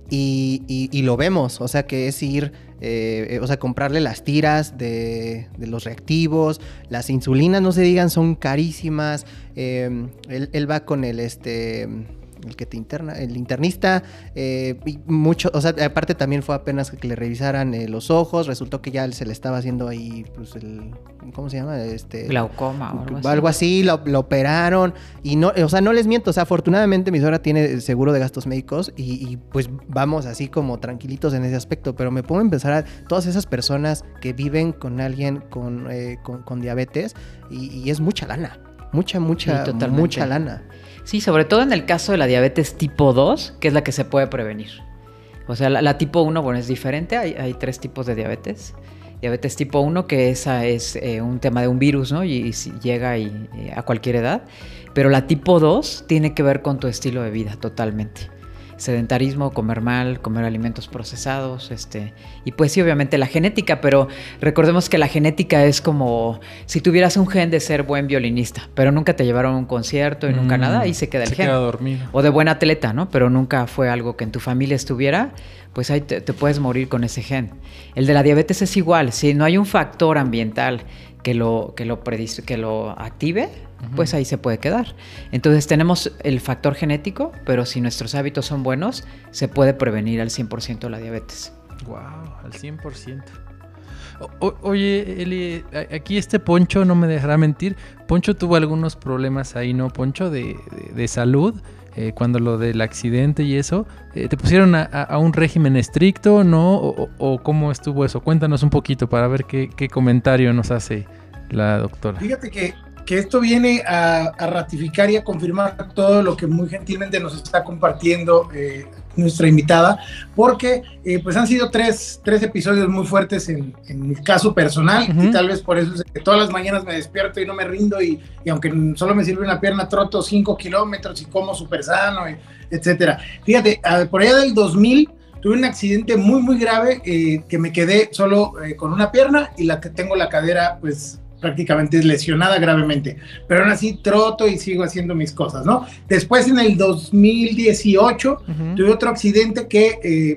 [SPEAKER 3] Y, y, y lo vemos, o sea que es ir, eh, eh, o sea, comprarle las tiras de, de los reactivos, las insulinas, no se digan, son carísimas. Eh, él, él va con el este... el que te interna, el internista, eh, y mucho, o sea, aparte también fue apenas que le revisaran eh, los ojos, resultó que ya se le estaba haciendo ahí, pues el, ¿cómo se llama? Este,
[SPEAKER 4] Glaucoma o algo así.
[SPEAKER 3] algo así, lo, lo operaron, y no, o sea, no les miento, o sea, afortunadamente mi suegra tiene seguro de gastos médicos, y, y pues vamos así como tranquilitos en ese aspecto, pero me pongo a empezar a todas esas personas que viven con alguien con, eh, con, con diabetes, y, y es mucha lana, mucha, mucha,
[SPEAKER 4] Sí, totalmente.
[SPEAKER 3] mucha lana.
[SPEAKER 4] Sí, sobre todo en el caso de la diabetes tipo dos, que es la que se puede prevenir. O sea, la, la tipo uno, bueno, es diferente. Hay, hay tres tipos de diabetes. Diabetes tipo uno, que esa es eh, un tema de un virus, ¿no? Y, y si llega y, eh, a cualquier edad. Pero la tipo dos tiene que ver con tu estilo de vida totalmente. Sedentarismo, comer mal, comer alimentos procesados, este, y pues sí, obviamente la genética, pero recordemos que la genética es como si tuvieras un gen de ser buen violinista, pero nunca te llevaron a un concierto y nunca
[SPEAKER 2] Mm,
[SPEAKER 4] nada, y se queda el
[SPEAKER 2] se
[SPEAKER 4] gen.
[SPEAKER 2] queda dormido.
[SPEAKER 4] O de buen atleta, ¿no? Pero nunca fue algo que en tu familia estuviera, pues ahí te, te puedes morir con ese gen. El de la diabetes es igual, si no hay un factor ambiental que lo, que lo, predis- que lo active, pues ahí se puede quedar. Entonces tenemos el factor genético, pero si nuestros hábitos son buenos, se puede prevenir al cien por ciento la diabetes.
[SPEAKER 2] Wow, al cien por ciento. O- o- oye, Eli, a- aquí este Poncho no me dejará mentir. Poncho tuvo algunos problemas ahí, ¿no, Poncho? De, de, de salud, eh, cuando lo del accidente y eso. Eh, ¿Te pusieron a, a- a un régimen estricto, no? O, o- ¿O cómo estuvo eso? Cuéntanos un poquito para ver qué, qué comentario nos hace la doctora.
[SPEAKER 5] Fíjate que, que esto viene a, a ratificar y a confirmar todo lo que muy gentilmente nos está compartiendo eh, nuestra invitada, porque eh, pues han sido tres, tres episodios muy fuertes en, en mi caso personal,
[SPEAKER 2] Uh-huh.
[SPEAKER 5] y tal vez por eso es que todas las mañanas me despierto y no me rindo, y, y aunque solo me sirve una pierna, troto cinco kilómetros y como súper sano, y, etcétera. Fíjate, a, por allá del dos mil tuve un accidente muy muy grave, eh, que me quedé solo eh, con una pierna, y la que tengo la cadera pues prácticamente lesionada gravemente, pero aún así troto y sigo haciendo mis cosas, ¿no? Después en el dos mil dieciocho
[SPEAKER 2] Ujú.
[SPEAKER 5] tuve otro accidente que eh,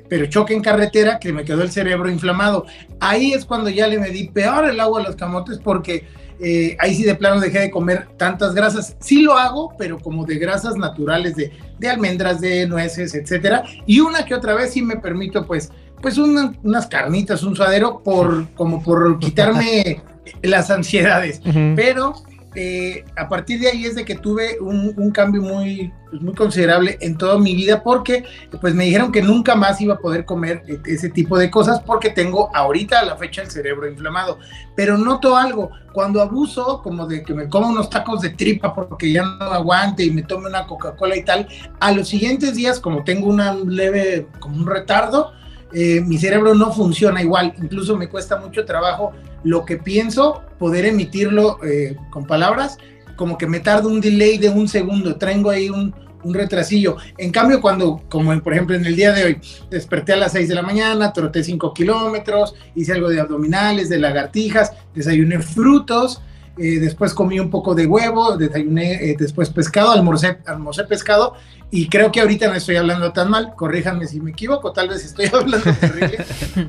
[SPEAKER 5] pero choque en carretera que me quedó el cerebro inflamado. Ahí es cuando ya le medí peor el agua a los camotes porque eh, ahí sí de plano dejé de comer tantas grasas. Sí lo hago, pero como de grasas naturales, de, de almendras, de nueces, etcétera. Y una que otra vez sí me permito pues, pues una, unas carnitas, un suadero, por, como por quitarme las ansiedades. Uh-huh. Pero eh, a partir de ahí es de que tuve un, un cambio muy, pues muy considerable en toda mi vida, porque pues me dijeron que nunca más iba a poder comer ese tipo de cosas porque tengo ahorita a la fecha el cerebro inflamado. Pero noto algo, cuando abuso como de que me como unos tacos de tripa porque ya no aguante y me tome una Coca-Cola y tal, a los siguientes días, como tengo una leve, como un retardo, Eh, mi cerebro no funciona igual, incluso me cuesta mucho trabajo lo que pienso, poder emitirlo eh, con palabras, como que me tarda un delay de un segundo, traigo ahí un, un retrasillo. En cambio, cuando, como en, por ejemplo en el día de hoy, desperté a las seis de la mañana, troté cinco kilómetros, hice algo de abdominales, de lagartijas, desayuné frutos, eh, después comí un poco de huevo, desayuné eh, después pescado, almorcé, almorcé pescado, y creo que ahorita no estoy hablando tan mal, corríjanme si me equivoco, tal vez estoy hablando terrible,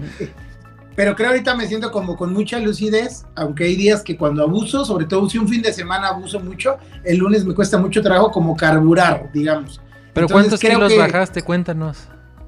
[SPEAKER 5] pero creo ahorita me siento como con mucha lucidez, aunque hay días que cuando abuso, sobre todo si un fin de semana abuso mucho, el lunes me cuesta mucho trabajo como carburar, digamos.
[SPEAKER 2] ¿Pero entonces, cuántos kilos bajaste? Cuéntanos.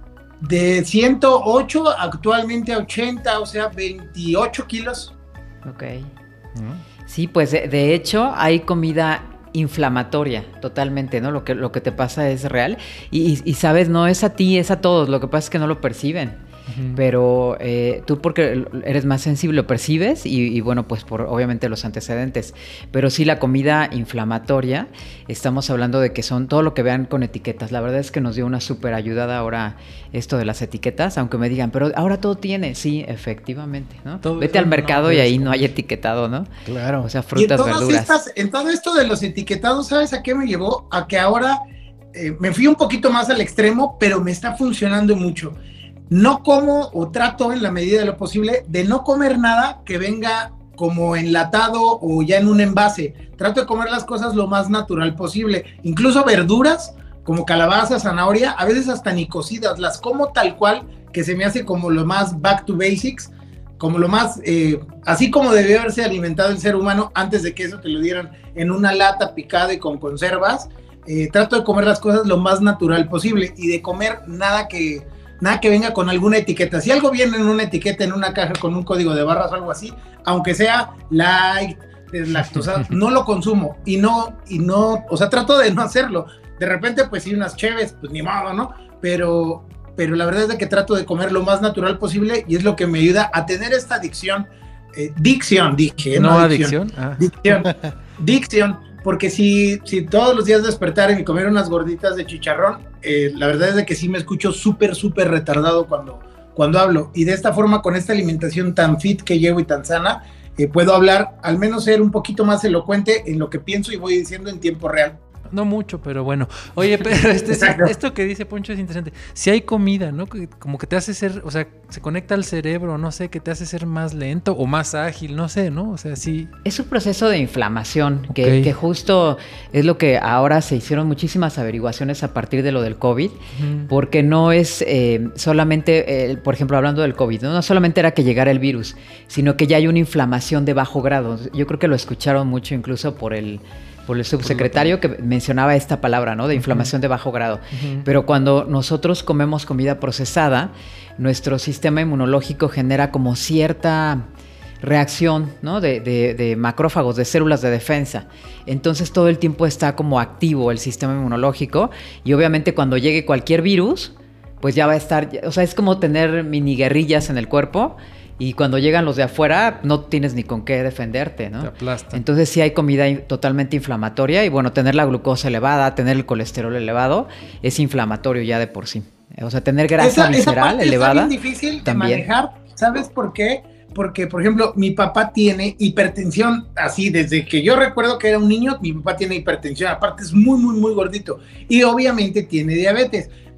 [SPEAKER 5] De ciento ocho actualmente a ochenta, o sea, veintiocho kilos.
[SPEAKER 4] Ok. ¿Mm? Sí, pues de, de hecho hay comida inflamatoria totalmente, ¿no? Lo que, lo que te pasa es real y, y, y sabes, no es a ti, es a todos, lo que pasa es que no lo perciben. Uh-huh. Pero eh, tú porque eres más sensible lo percibes y, y bueno, pues por obviamente los antecedentes, pero sí la comida inflamatoria, estamos hablando de que son todo lo que vean con etiquetas. La verdad es que nos dio una súper ayudada ahora esto de las etiquetas, aunque me digan, pero ahora todo tiene, sí, efectivamente, ¿no? Todo Vete al mercado no, y ahí no hay etiquetado, ¿no?
[SPEAKER 3] Claro.
[SPEAKER 4] O sea, frutas,
[SPEAKER 5] y en
[SPEAKER 4] verduras.
[SPEAKER 5] Estas, en todo esto de los etiquetados, ¿sabes a qué me llevó? A que ahora eh, me fui un poquito más al extremo, pero me está funcionando mucho. No como o trato en la medida de lo posible de no comer nada que venga como enlatado o ya en un envase. Trato de comer las cosas lo más natural posible. Incluso verduras como calabaza, zanahoria, a veces hasta ni cocidas. Las como tal cual, que se me hace como lo más back to basics, como lo más, eh, así como debió haberse alimentado el ser humano antes de que eso te lo dieran en una lata picada y con conservas. Eh, trato de comer las cosas lo más natural posible y de comer nada que... Nada que venga con alguna etiqueta. Si algo viene en una etiqueta, en una caja con un código de barras o algo así, aunque sea light, deslactosado, no lo consumo. Y no, y no, o sea, trato de no hacerlo. De repente, pues sí, unas cheves, pues ni modo, ¿no? Pero, pero la verdad es de que trato de comer lo más natural posible y es lo que me ayuda a tener esta adicción. Eh, dicción, dije.
[SPEAKER 2] ¿No, no adicción?
[SPEAKER 5] adicción. Ah. Dicción. Dicción. Porque si, si todos los días despertar y comer unas gorditas de chicharrón, eh, la verdad es de que sí me escucho súper, súper retardado cuando, cuando hablo. Y de esta forma, con esta alimentación tan fit que llevo y tan sana, eh, puedo hablar, al menos ser un poquito más elocuente en lo que pienso y voy diciendo en tiempo real.
[SPEAKER 2] No mucho, pero bueno. Oye, pero este, esto que dice Poncho es interesante. Si hay comida, ¿no? Como que te hace ser, o sea, se conecta al cerebro, no sé, que te hace ser más lento o más ágil, no sé, ¿no? O sea, sí.
[SPEAKER 4] Es un proceso de inflamación, que,
[SPEAKER 2] okay.
[SPEAKER 4] que justo es lo que ahora se hicieron muchísimas averiguaciones a partir de lo del COVID, uh-huh. porque no es eh, solamente, eh, por ejemplo, hablando del COVID, ¿no? no solamente era que llegara el virus, sino que ya hay una inflamación de bajo grado. Yo creo que lo escucharon mucho incluso por el... por el subsecretario que mencionaba esta palabra, ¿no? De inflamación uh-huh. de bajo grado. Uh-huh. Pero cuando nosotros comemos comida procesada, nuestro sistema inmunológico genera como cierta reacción, ¿no? De, de, de macrófagos, de células de defensa. Entonces todo el tiempo está como activo el sistema inmunológico y obviamente cuando llegue cualquier virus, pues ya va a estar, o sea, es como tener mini guerrillas en el cuerpo. Y cuando llegan los de afuera, no tienes ni con qué defenderte, ¿no?
[SPEAKER 2] Te aplastan.
[SPEAKER 4] Entonces sí hay comida in- totalmente inflamatoria y bueno, tener la glucosa elevada, tener el colesterol elevado, es inflamatorio ya de por sí. O sea, tener grasa
[SPEAKER 5] esa,
[SPEAKER 4] visceral
[SPEAKER 5] esa parte
[SPEAKER 4] elevada.
[SPEAKER 5] Es bien difícil también de manejar, ¿sabes por qué? Porque, por ejemplo, mi papá tiene hipertensión, así, desde que yo recuerdo que era un niño, mi papá tiene hipertensión, aparte es muy, muy, muy gordito, y obviamente tiene diabetes.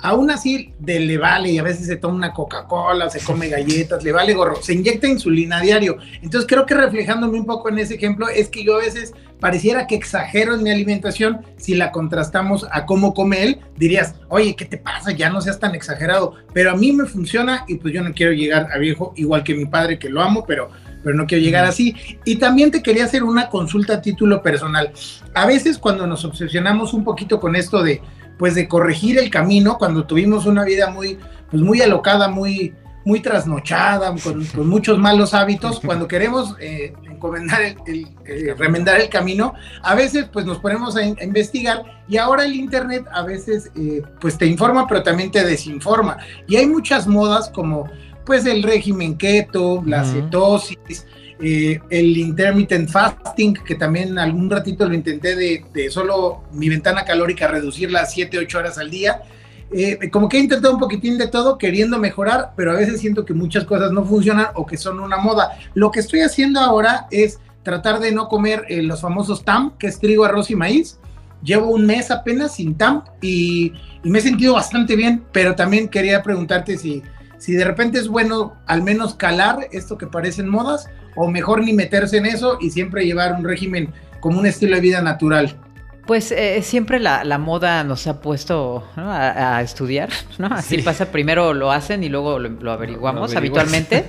[SPEAKER 5] aún así de, le vale, y a veces se toma una Coca-Cola, se come galletas, le vale gorro, se inyecta insulina a diario. Entonces creo que reflejándome un poco en ese ejemplo, es que yo a veces pareciera que exagero en mi alimentación. Si la contrastamos a cómo come él, dirías, oye, ¿qué te pasa? Ya no seas tan exagerado. Pero a mí me funciona y pues yo no quiero llegar a viejo, igual que mi padre, que lo amo, pero... pero no quiero llegar así. Y también te quería hacer una consulta a título personal. A veces cuando nos obsesionamos un poquito con esto de, pues de corregir el camino, cuando tuvimos una vida muy, pues muy alocada, muy, muy trasnochada, con, con muchos malos hábitos, cuando queremos eh, encomendar el, el, el, remendar el camino, a veces pues nos ponemos a, in, a investigar, y ahora el internet a veces eh, pues te informa, pero también te desinforma. Y hay muchas modas como pues el régimen keto, la uh-huh. cetosis, eh, el intermittent fasting, que también algún ratito lo intenté de, de solo mi ventana calórica reducirla a siete, ocho horas al día. Eh, como que he intentado un poquitín de todo queriendo mejorar, pero a veces siento que muchas cosas no funcionan o que son una moda. Lo que estoy haciendo ahora es tratar de no comer eh, los famosos T A M, que es trigo, arroz y maíz. Llevo un mes apenas sin T A M y, y me he sentido bastante bien, pero también quería preguntarte si... si de repente es bueno al menos calar esto que parecen modas, o mejor ni meterse en eso y siempre llevar un régimen como un estilo de vida natural.
[SPEAKER 4] Pues eh, siempre la, la moda nos ha puesto, ¿no?, a, a estudiar, ¿no? Así sí. Pasa, primero lo hacen y luego lo, lo averiguamos lo habitualmente.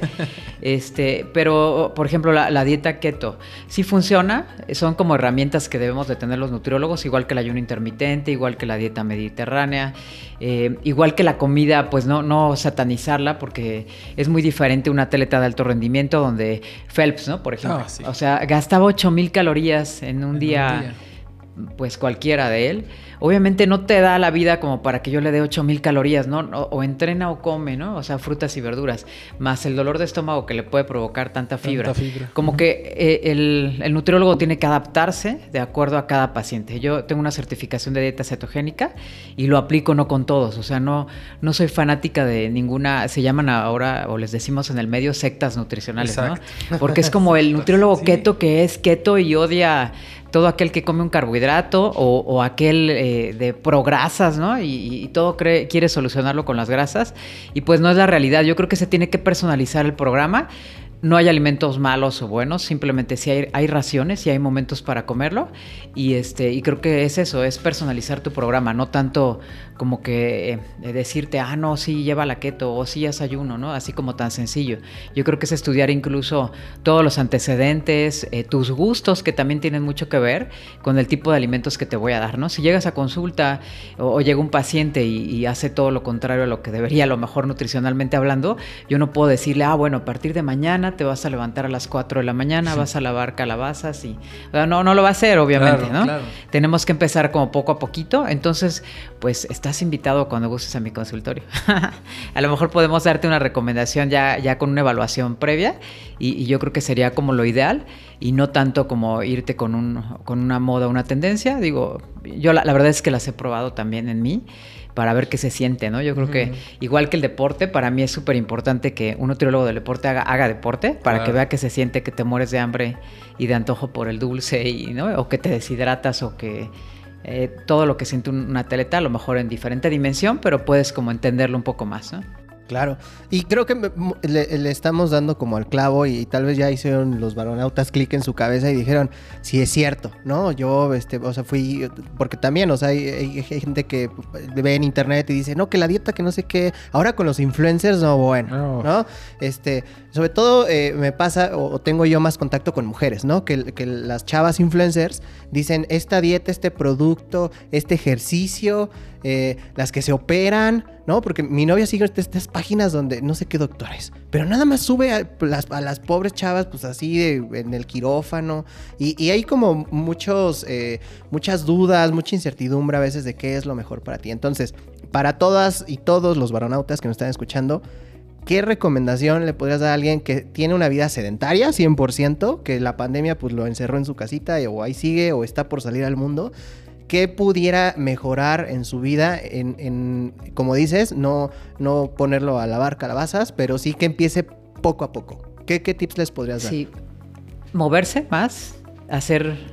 [SPEAKER 4] este, pero, por ejemplo, la, la dieta keto sí funciona, son como herramientas que debemos de tener los nutriólogos, igual que el ayuno intermitente, igual que la dieta mediterránea, eh, igual que la comida, pues no, no satanizarla, porque es muy diferente un atleta de alto rendimiento donde Phelps, ¿no? Por ejemplo, oh, sí. o sea, gastaba ocho mil calorías en un en día... Un día. Pues cualquiera de él, obviamente no te da la vida como para que yo le dé ocho mil calorías, ¿no? O, o entrena o come, ¿no? O sea, frutas y verduras, más el dolor de estómago que le puede provocar tanta fibra. Tanta fibra. Como uh-huh. que eh, el, el nutriólogo tiene que adaptarse de acuerdo a cada paciente. Yo tengo una certificación de dieta cetogénica y lo aplico no con todos, o sea, no, no soy fanática de ninguna, se llaman ahora, o les decimos en el medio, sectas nutricionales, exacto, ¿no? Porque es como el nutriólogo sí. keto que es keto y odia todo aquel que come un carbohidrato o, o aquel eh, de prograsas, ¿no? Y, y todo cree, quiere solucionarlo con las grasas, y pues no es la realidad. Yo creo que se tiene que personalizar el programa. No hay alimentos malos o buenos, simplemente sí hay, hay raciones y hay momentos para comerlo, y este y creo que es eso, es personalizar tu programa, no tanto como que eh, decirte, ah, no, sí, lleva la keto o sí, haz ayuno, ¿no? Así como tan sencillo. Yo creo que es estudiar incluso todos los antecedentes, eh, tus gustos, que también tienen mucho que ver con el tipo de alimentos que te voy a dar, ¿no? Si llegas a consulta o, o llega un paciente y, y hace todo lo contrario a lo que debería, a lo mejor nutricionalmente hablando, yo no puedo decirle, ah, bueno, a partir de mañana te vas a levantar a las cuatro de la mañana, sí. vas a lavar calabazas y... No, no lo va a hacer, obviamente, claro, ¿no? Claro. Tenemos que empezar como poco a poquito, entonces, pues, estás invitado cuando gustes a mi consultorio. A lo mejor podemos darte una recomendación ya, ya con una evaluación previa, y, y yo creo que sería como lo ideal, y no tanto como irte con, un, con una moda, una tendencia. Digo, yo la, la verdad es que las he probado también en mí, para ver qué se siente, ¿no? Yo creo uh-huh. que igual que el deporte, para mí es súper importante que un nutriólogo del deporte haga, haga deporte, para claro. que vea que se siente, que te mueres de hambre y de antojo por el dulce, y, ¿no? O que te deshidratas, o que eh, todo lo que siente un, un atleta, a lo mejor en diferente dimensión, pero puedes como entenderlo un poco más, ¿no?
[SPEAKER 3] Claro, y creo que le, le estamos dando como al clavo, y, y tal vez ya hicieron los varonautas clic en su cabeza y dijeron, sí es cierto, ¿no? Yo, este, o sea, fui, porque también, o sea, hay, hay gente que ve en internet y dice, no, que la dieta, que no sé qué, ahora con los influencers, no, bueno, oh. ¿no? Este, sobre todo eh, me pasa, o, o tengo yo más contacto con mujeres, ¿no? Que, que las chavas influencers dicen, esta dieta, este producto, este ejercicio, eh, las que se operan, ¿no? Porque mi novia sigue estas páginas donde no sé qué doctores, pero nada más sube a las, a las pobres chavas, pues así de, en el quirófano, y, y hay como muchos, eh, muchas dudas, mucha incertidumbre a veces de qué es lo mejor para ti. Entonces, para todas y todos los varonautas que nos están escuchando, ¿qué recomendación le podrías dar a alguien que tiene una vida sedentaria, cien por ciento, que la pandemia pues lo encerró en su casita, o ahí sigue, o está por salir al mundo? ¿Qué pudiera mejorar en su vida? En, en, como dices, no, no ponerlo a lavar calabazas, pero sí que empiece poco a poco. ¿Qué, qué tips les podrías dar?
[SPEAKER 4] Sí, moverse más, hacer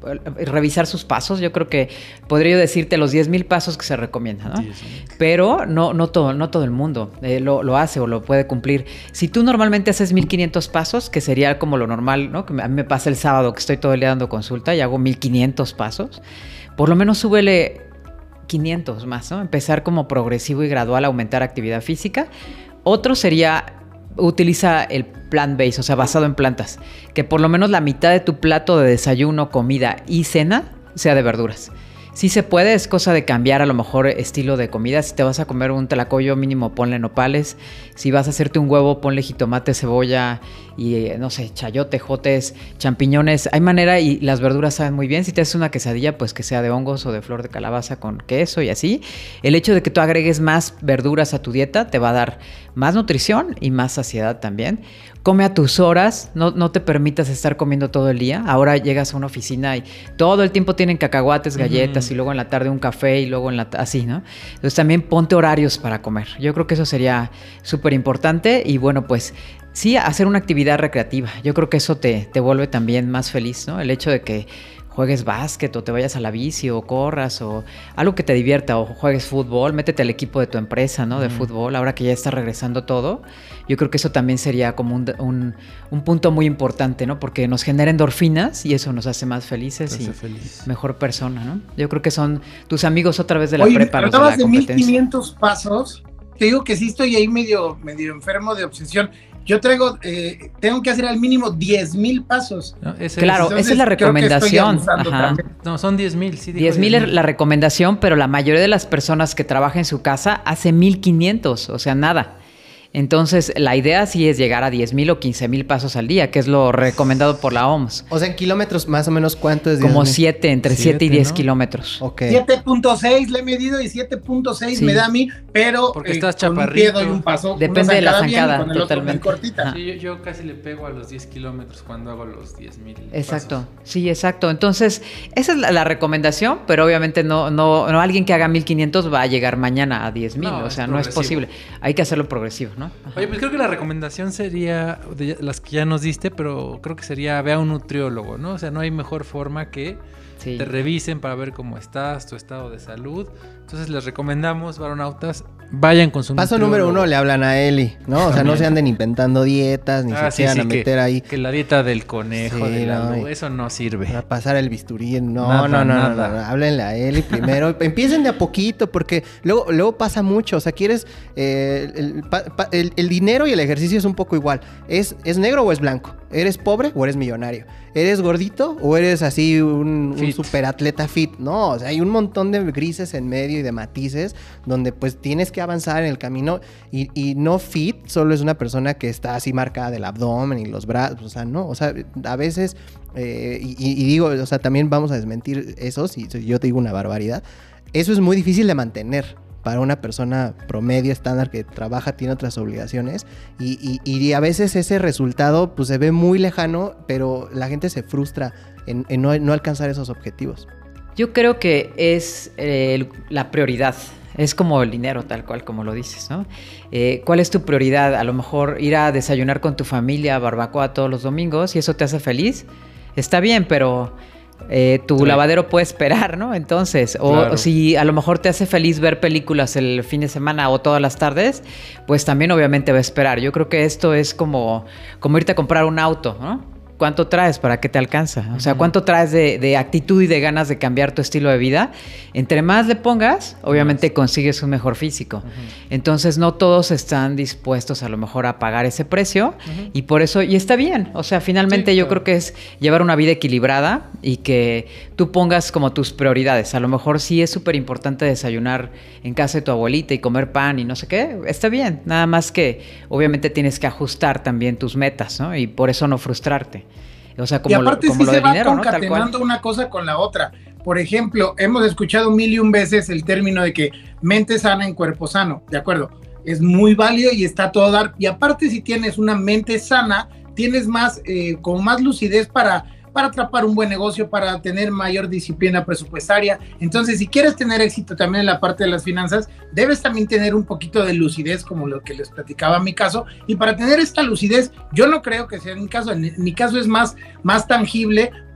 [SPEAKER 4] revisar sus pasos. Yo creo que podría yo decirte los diez mil pasos que se recomiendan, ¿no?
[SPEAKER 2] diez mil.
[SPEAKER 4] Pero no, no, todo, no todo el mundo eh, lo, lo hace o lo puede cumplir. Si tú normalmente haces mil quinientos pasos, que sería como lo normal, ¿no? Que a mí me pasa el sábado que estoy todo el día dando consulta y hago mil quinientos pasos, por lo menos súbele quinientos más, ¿no? Empezar como progresivo y gradual a aumentar actividad física. Otro sería... Utiliza el plant-based, o sea, basado en plantas. Que por lo menos la mitad de tu plato de desayuno, comida y cena sea de verduras. Sí se puede, es cosa de cambiar a lo mejor estilo de comida. Si te vas a comer un tlacoyo, mínimo ponle nopales. Si vas a hacerte un huevo, ponle jitomate, cebolla y, no sé, chayote, jotes, champiñones. Hay manera y las verduras saben muy bien. Si te haces una quesadilla, pues que sea de hongos o de flor de calabaza con queso y así. El hecho de que tú agregues más verduras a tu dieta te va a dar más nutrición y más saciedad también. Come a tus horas, no, no te permitas estar comiendo todo el día. Ahora llegas a una oficina y todo el tiempo tienen cacahuates, galletas, uh-huh. y luego en la tarde un café y luego en la así, ¿no? Entonces también ponte horarios para comer. Yo creo que eso sería súper importante y bueno, pues sí, hacer una actividad recreativa. Yo creo que eso te, te vuelve también más feliz, ¿no? El hecho de que juegues básquet o te vayas a la bici o corras o algo que te divierta o juegues fútbol, métete al equipo de tu empresa, ¿no? De mm. fútbol, ahora que ya está regresando todo. Yo creo que eso también sería como un, un, un punto muy importante, ¿no? Porque nos genera endorfinas y eso nos hace más felices y feliz. Mejor persona, ¿no? Yo creo que son tus amigos otra vez de la
[SPEAKER 5] Oye,
[SPEAKER 4] prepa, los de la
[SPEAKER 5] de mil quinientos pasos. Te digo que sí estoy ahí medio, medio enfermo de obsesión. Yo traigo, eh, tengo que hacer al mínimo diez mil pasos.
[SPEAKER 4] No, ese claro, es, esa es la recomendación.
[SPEAKER 2] No, son diez mil. Sí,
[SPEAKER 4] diez mil es la recomendación, pero la mayoría de las personas que trabajan en su casa hace mil quinientos, o sea, nada. Entonces, la idea sí es llegar a diez mil o quince mil pasos al día, que es lo recomendado por la O M S.
[SPEAKER 3] O sea, en kilómetros, más o menos, ¿cuánto es?
[SPEAKER 4] Como siete, entre siete y diez, ¿no? kilómetros.
[SPEAKER 3] Okay.
[SPEAKER 5] siete punto seis le he medido y siete punto seis sí. me da a mí, pero
[SPEAKER 2] porque estás
[SPEAKER 5] eh,
[SPEAKER 2] chaparrito.
[SPEAKER 5] Con un pie doy un paso.
[SPEAKER 4] Depende de la zancada, bien, totalmente.
[SPEAKER 5] Cortita.
[SPEAKER 2] Sí, yo, yo casi le pego a los diez kilómetros cuando hago los diez mil
[SPEAKER 4] Exacto,
[SPEAKER 2] pasos.
[SPEAKER 4] Sí, exacto. Entonces, esa es la, la recomendación, pero obviamente no, no, no alguien que haga mil quinientos va a llegar mañana a diez mil, no, o sea, es no es posible. Hay que hacerlo progresivo, ¿no? Ajá.
[SPEAKER 2] Oye, pues creo que la recomendación sería de las que ya nos diste, pero creo que sería ve a un nutriólogo, ¿no? O sea, no hay mejor forma que sí. te revisen para ver cómo estás, tu estado de salud. Entonces les recomendamos, varonautas, vayan con su
[SPEAKER 3] Paso
[SPEAKER 2] nutriólogo.
[SPEAKER 3] número uno, le hablan a Eli, ¿no? O sea, no se anden inventando dietas, ni
[SPEAKER 2] ah,
[SPEAKER 3] se
[SPEAKER 2] sí,
[SPEAKER 3] quieran
[SPEAKER 2] sí,
[SPEAKER 3] a meter
[SPEAKER 2] que,
[SPEAKER 3] ahí.
[SPEAKER 2] Que la dieta del conejo,
[SPEAKER 3] sí,
[SPEAKER 2] de la
[SPEAKER 3] no,
[SPEAKER 2] luz, eso no sirve.
[SPEAKER 3] Para pasar el bisturí, no,
[SPEAKER 2] nada,
[SPEAKER 3] no, no,
[SPEAKER 2] nada.
[SPEAKER 3] no, no, no, háblenle a Eli primero. Empiecen de a poquito, porque luego, luego pasa mucho. O sea, quieres, eh, el, el, el dinero y el ejercicio es un poco igual. ¿Es, es negro o es blanco? ¿Eres pobre o eres millonario? ¿Eres gordito o eres así un, un superatleta fit? No, o sea, hay un montón de grises en medio y de matices donde pues tienes que avanzar en el camino y, y no fit solo es una persona que está así marcada del abdomen y los brazos, o sea, no, o sea, a veces, eh, y, y digo, o sea, también vamos a desmentir eso, si, si yo te digo una barbaridad, eso es muy difícil de mantener para una persona promedio, estándar, que trabaja, tiene otras obligaciones y, y, y a veces ese resultado pues se ve muy lejano, pero la gente se frustra en, en no, no alcanzar esos objetivos.
[SPEAKER 4] Yo creo que es eh, la prioridad. Es como el dinero, tal cual como lo dices, ¿no? Eh, ¿Cuál es tu prioridad? A lo mejor ir a desayunar con tu familia, barbacoa todos los domingos, y eso te hace feliz. Está bien, pero eh, tu sí. lavadero puede esperar, ¿no? Entonces, o, claro. o si a lo mejor te hace feliz ver películas el fin de semana o todas las tardes, pues también obviamente va a esperar. Yo creo que esto es como, como irte a comprar un auto, ¿no? ¿Cuánto traes para que te alcanza? O sea, ¿cuánto traes de, de actitud y de ganas de cambiar tu estilo de vida? Entre más le pongas, obviamente consigues un mejor físico. Uh-huh. Entonces, no todos están dispuestos a lo mejor a pagar ese precio uh-huh. y por eso, y está bien. O sea, finalmente sí, yo claro. creo que es llevar una vida equilibrada y que tú pongas como tus prioridades. A lo mejor sí es súper importante desayunar en casa de tu abuelita y comer pan y no sé qué. Está bien. Nada más que obviamente tienes que ajustar también tus metas, ¿no? Y por eso no frustrarte. O sea, como
[SPEAKER 5] y aparte
[SPEAKER 4] lo, como
[SPEAKER 5] sí
[SPEAKER 4] lo
[SPEAKER 5] se
[SPEAKER 4] de
[SPEAKER 5] va
[SPEAKER 4] dinero,
[SPEAKER 5] concatenando, ¿no? Una cosa con la otra. Por ejemplo, hemos escuchado mil y un veces el término de que mente sana en cuerpo sano, ¿de acuerdo? Es muy válido y está todo dar. Y aparte, si tienes una mente sana, tienes más, eh, con más lucidez para, para atrapar un buen negocio, para tener mayor disciplina presupuestaria. Entonces, si quieres tener éxito también en la parte de las finanzas, debes también tener un poquito de lucidez, como lo que les platicaba en mi caso. Y para tener esta lucidez, yo no creo que sea en mi caso. En mi caso es más, más tangible,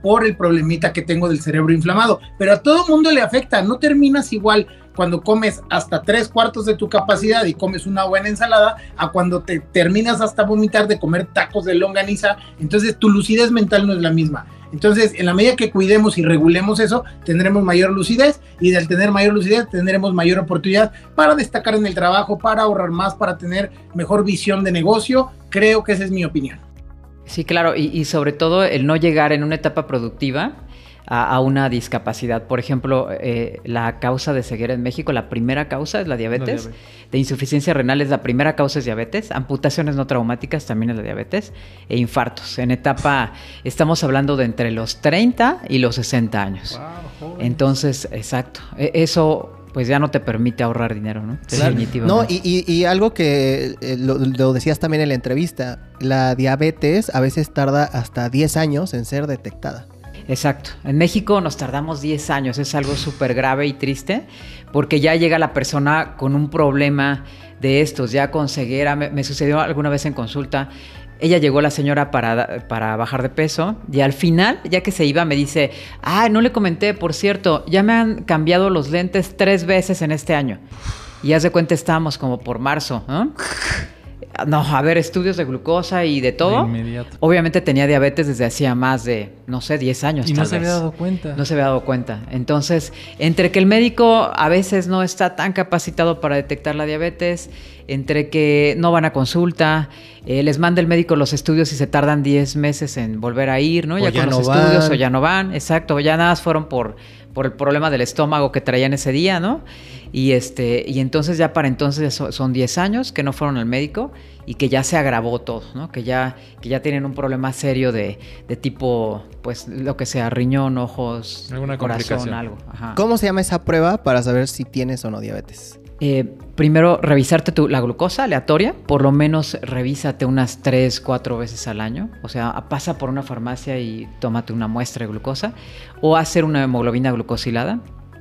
[SPEAKER 5] por el problemita que tengo del cerebro inflamado. Pero a todo mundo le afecta, no terminas igual cuando comes hasta tres cuartos de tu capacidad y comes una buena ensalada, a cuando te terminas hasta vomitar de comer tacos de longaniza. Entonces tu lucidez mental no es la misma. Entonces, en la medida que cuidemos y regulemos eso, tendremos mayor lucidez, y al tener mayor lucidez tendremos mayor oportunidad para destacar en el trabajo, para ahorrar más, para tener mejor visión de negocio. Creo que esa es mi opinión.
[SPEAKER 4] Sí, claro, y, y sobre todo el no llegar en una etapa productiva a, a una discapacidad. Por ejemplo, eh, la causa de ceguera en México, la primera causa es la diabetes, la diabetes. De insuficiencia renal es la primera causa es diabetes, amputaciones no traumáticas también es la diabetes, e infartos. En etapa, estamos hablando de entre los treinta y los sesenta años. Wow, Entonces, exacto, eso pues ya no te permite ahorrar dinero, ¿no?
[SPEAKER 3] Claro.
[SPEAKER 4] Definitivamente.
[SPEAKER 3] No, y, y, y algo que eh, lo, lo decías también en la entrevista, la diabetes a veces tarda hasta diez años en ser detectada.
[SPEAKER 4] Exacto. En México nos tardamos diez años, es algo súper grave y triste, porque ya llega la persona con un problema de estos, ya con ceguera. Me, me sucedió alguna vez en consulta, ella llegó la señora para, para bajar de peso, y al final, ya que se iba, me dice, ah, no le comenté, por cierto, ya me han cambiado los lentes tres veces en este año. Y haz de cuenta, estábamos como por marzo, ¿no? No, a ver, estudios de glucosa y de todo. De inmediato. Obviamente tenía diabetes desde hacía más de, no sé, diez años.
[SPEAKER 2] Y
[SPEAKER 4] tal
[SPEAKER 2] no se
[SPEAKER 4] vez.
[SPEAKER 2] había dado cuenta.
[SPEAKER 4] No se había dado cuenta. Entonces, entre que el médico a veces no está tan capacitado para detectar la diabetes, entre que no van a consulta, eh, les manda el médico los estudios y se tardan diez meses en volver a ir, ¿no?
[SPEAKER 3] O
[SPEAKER 4] Ya,
[SPEAKER 3] ya
[SPEAKER 4] con
[SPEAKER 3] no
[SPEAKER 4] los estudios
[SPEAKER 3] van.
[SPEAKER 4] o ya no van. Exacto, ya nada más fueron por, por el problema del estómago que traían ese día, ¿no? Y este y entonces ya para entonces son diez años que no fueron al médico y que ya se agravó todo, ¿no? Que ya, que ya tienen un problema serio de, de tipo, pues lo que sea, riñón, ojos,
[SPEAKER 2] alguna
[SPEAKER 4] corazón, algo. Ajá.
[SPEAKER 3] ¿Cómo se llama esa prueba para saber si tienes o no diabetes?
[SPEAKER 4] Eh, primero, revisarte tu, la glucosa aleatoria. Por lo menos revísate unas tres, cuatro veces al año. O sea, pasa por una farmacia y tómate una muestra de glucosa. O hacer una hemoglobina glucosilada.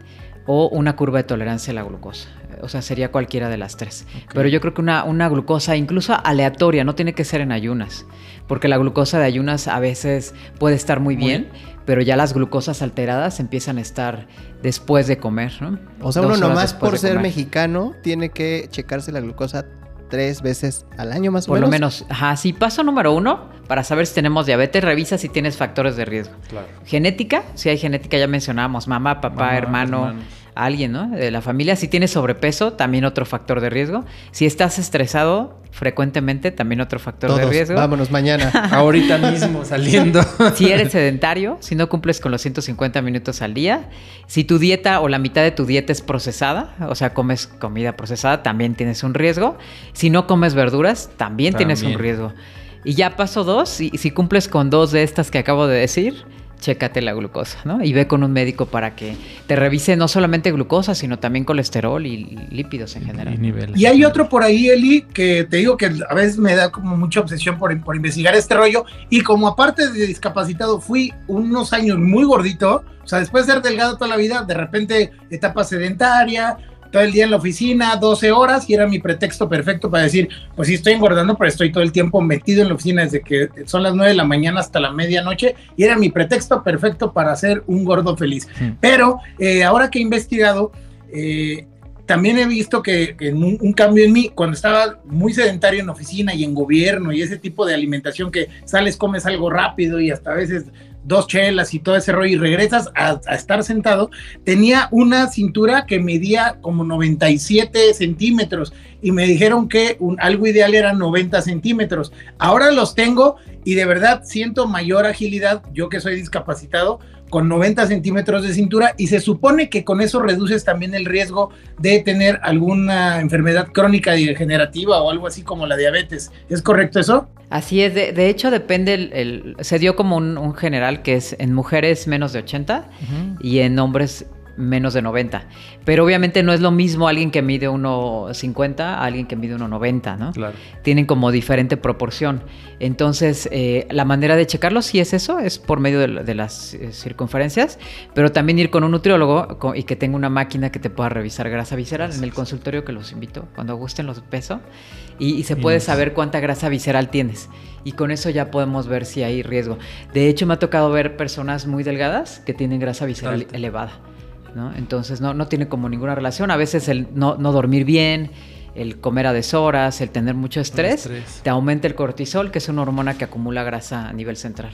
[SPEAKER 4] O una curva de tolerancia a la glucosa. O sea, sería cualquiera de las tres. Okay. Pero yo creo que una, una glucosa incluso aleatoria, no tiene que ser en ayunas. Porque la glucosa de ayunas a veces puede estar muy, muy bien, pero ya las glucosas alteradas empiezan a estar después de comer, ¿no?
[SPEAKER 3] O sea,
[SPEAKER 4] Dos
[SPEAKER 3] uno
[SPEAKER 4] horas
[SPEAKER 3] nomás por
[SPEAKER 4] de
[SPEAKER 3] ser
[SPEAKER 4] comer.
[SPEAKER 3] mexicano tiene que checarse la glucosa tres veces al año más o
[SPEAKER 4] Por
[SPEAKER 3] menos.
[SPEAKER 4] lo menos. Ajá, sí. Paso número uno, para saber si tenemos diabetes, revisa si tienes factores de riesgo.
[SPEAKER 2] Claro.
[SPEAKER 4] Genética, si hay genética, ya mencionábamos, mamá, papá,
[SPEAKER 2] Mamá,
[SPEAKER 4] hermano,
[SPEAKER 2] hermanos.
[SPEAKER 4] alguien, ¿no? De la familia. Si tienes sobrepeso, también otro factor de riesgo. Si estás estresado frecuentemente, también otro factor
[SPEAKER 3] Todos,
[SPEAKER 4] de riesgo.
[SPEAKER 3] vámonos mañana.
[SPEAKER 2] Ahorita mismo saliendo.
[SPEAKER 4] Si eres sedentario, si no cumples con los ciento cincuenta minutos al día, si tu dieta o la mitad de tu dieta es procesada, o sea, comes comida procesada, también tienes un riesgo. Si no comes verduras, también, también. tienes un riesgo. Y ya paso dos, si, si cumples con dos de estas que acabo de decir, chécate la glucosa, ¿no? Y ve con un médico para que te revise no solamente glucosa, sino también colesterol y lípidos en general.
[SPEAKER 2] Y, niveles.
[SPEAKER 5] Y hay otro por ahí, Eli, que te digo que a veces me da como mucha obsesión por, por investigar este rollo. Y como aparte de discapacitado fui unos años muy gordito, o sea, después de ser delgado toda la vida, de repente etapa sedentaria, todo el día en la oficina, doce horas, y era mi pretexto perfecto para decir, pues sí estoy engordando, pero estoy todo el tiempo metido en la oficina desde que son las nueve de la mañana hasta la medianoche, y era mi pretexto perfecto para ser un gordo feliz. Sí. Pero eh, ahora que he investigado, eh, también he visto que, que un, un cambio en mí, cuando estaba muy sedentario en oficina y en gobierno, y ese tipo de alimentación que sales, comes algo rápido y hasta a veces dos chelas y todo ese rollo y regresas a, a estar sentado, tenía una cintura que medía como noventa y siete centímetros y me dijeron que un, algo ideal era noventa centímetros. Ahora los tengo y de verdad siento mayor agilidad, yo que soy discapacitado, con noventa centímetros de cintura, y se supone que con eso reduces también el riesgo de tener alguna enfermedad crónica degenerativa o algo así como la diabetes. ¿Es correcto eso?
[SPEAKER 4] Así es, de, de hecho depende, el, el, se dio como un, un general que es en mujeres menos de ochenta uh-huh. y en hombres menos de noventa. Pero obviamente no es lo mismo alguien que mide uno cincuenta a alguien que mide uno noventa, ¿no?
[SPEAKER 2] Claro.
[SPEAKER 4] Tienen como diferente proporción. Entonces, eh, la manera de checarlo sí es eso, es por medio de, de las eh, circunferencias, pero también ir con un nutriólogo con, y que tenga una máquina que te pueda revisar grasa visceral. Gracias. En el consultorio que los invito, cuando gusten los peso, y, y se puede y saber cuánta grasa visceral tienes. Y con eso ya podemos ver si hay riesgo. De hecho, me ha tocado ver personas muy delgadas que tienen grasa visceral Alta. elevada, ¿no? Entonces no, no tiene como ninguna relación. A veces el no, no dormir bien, el comer a deshoras, el tener mucho estrés, estrés, te aumenta el cortisol, que es una hormona que acumula grasa a nivel central.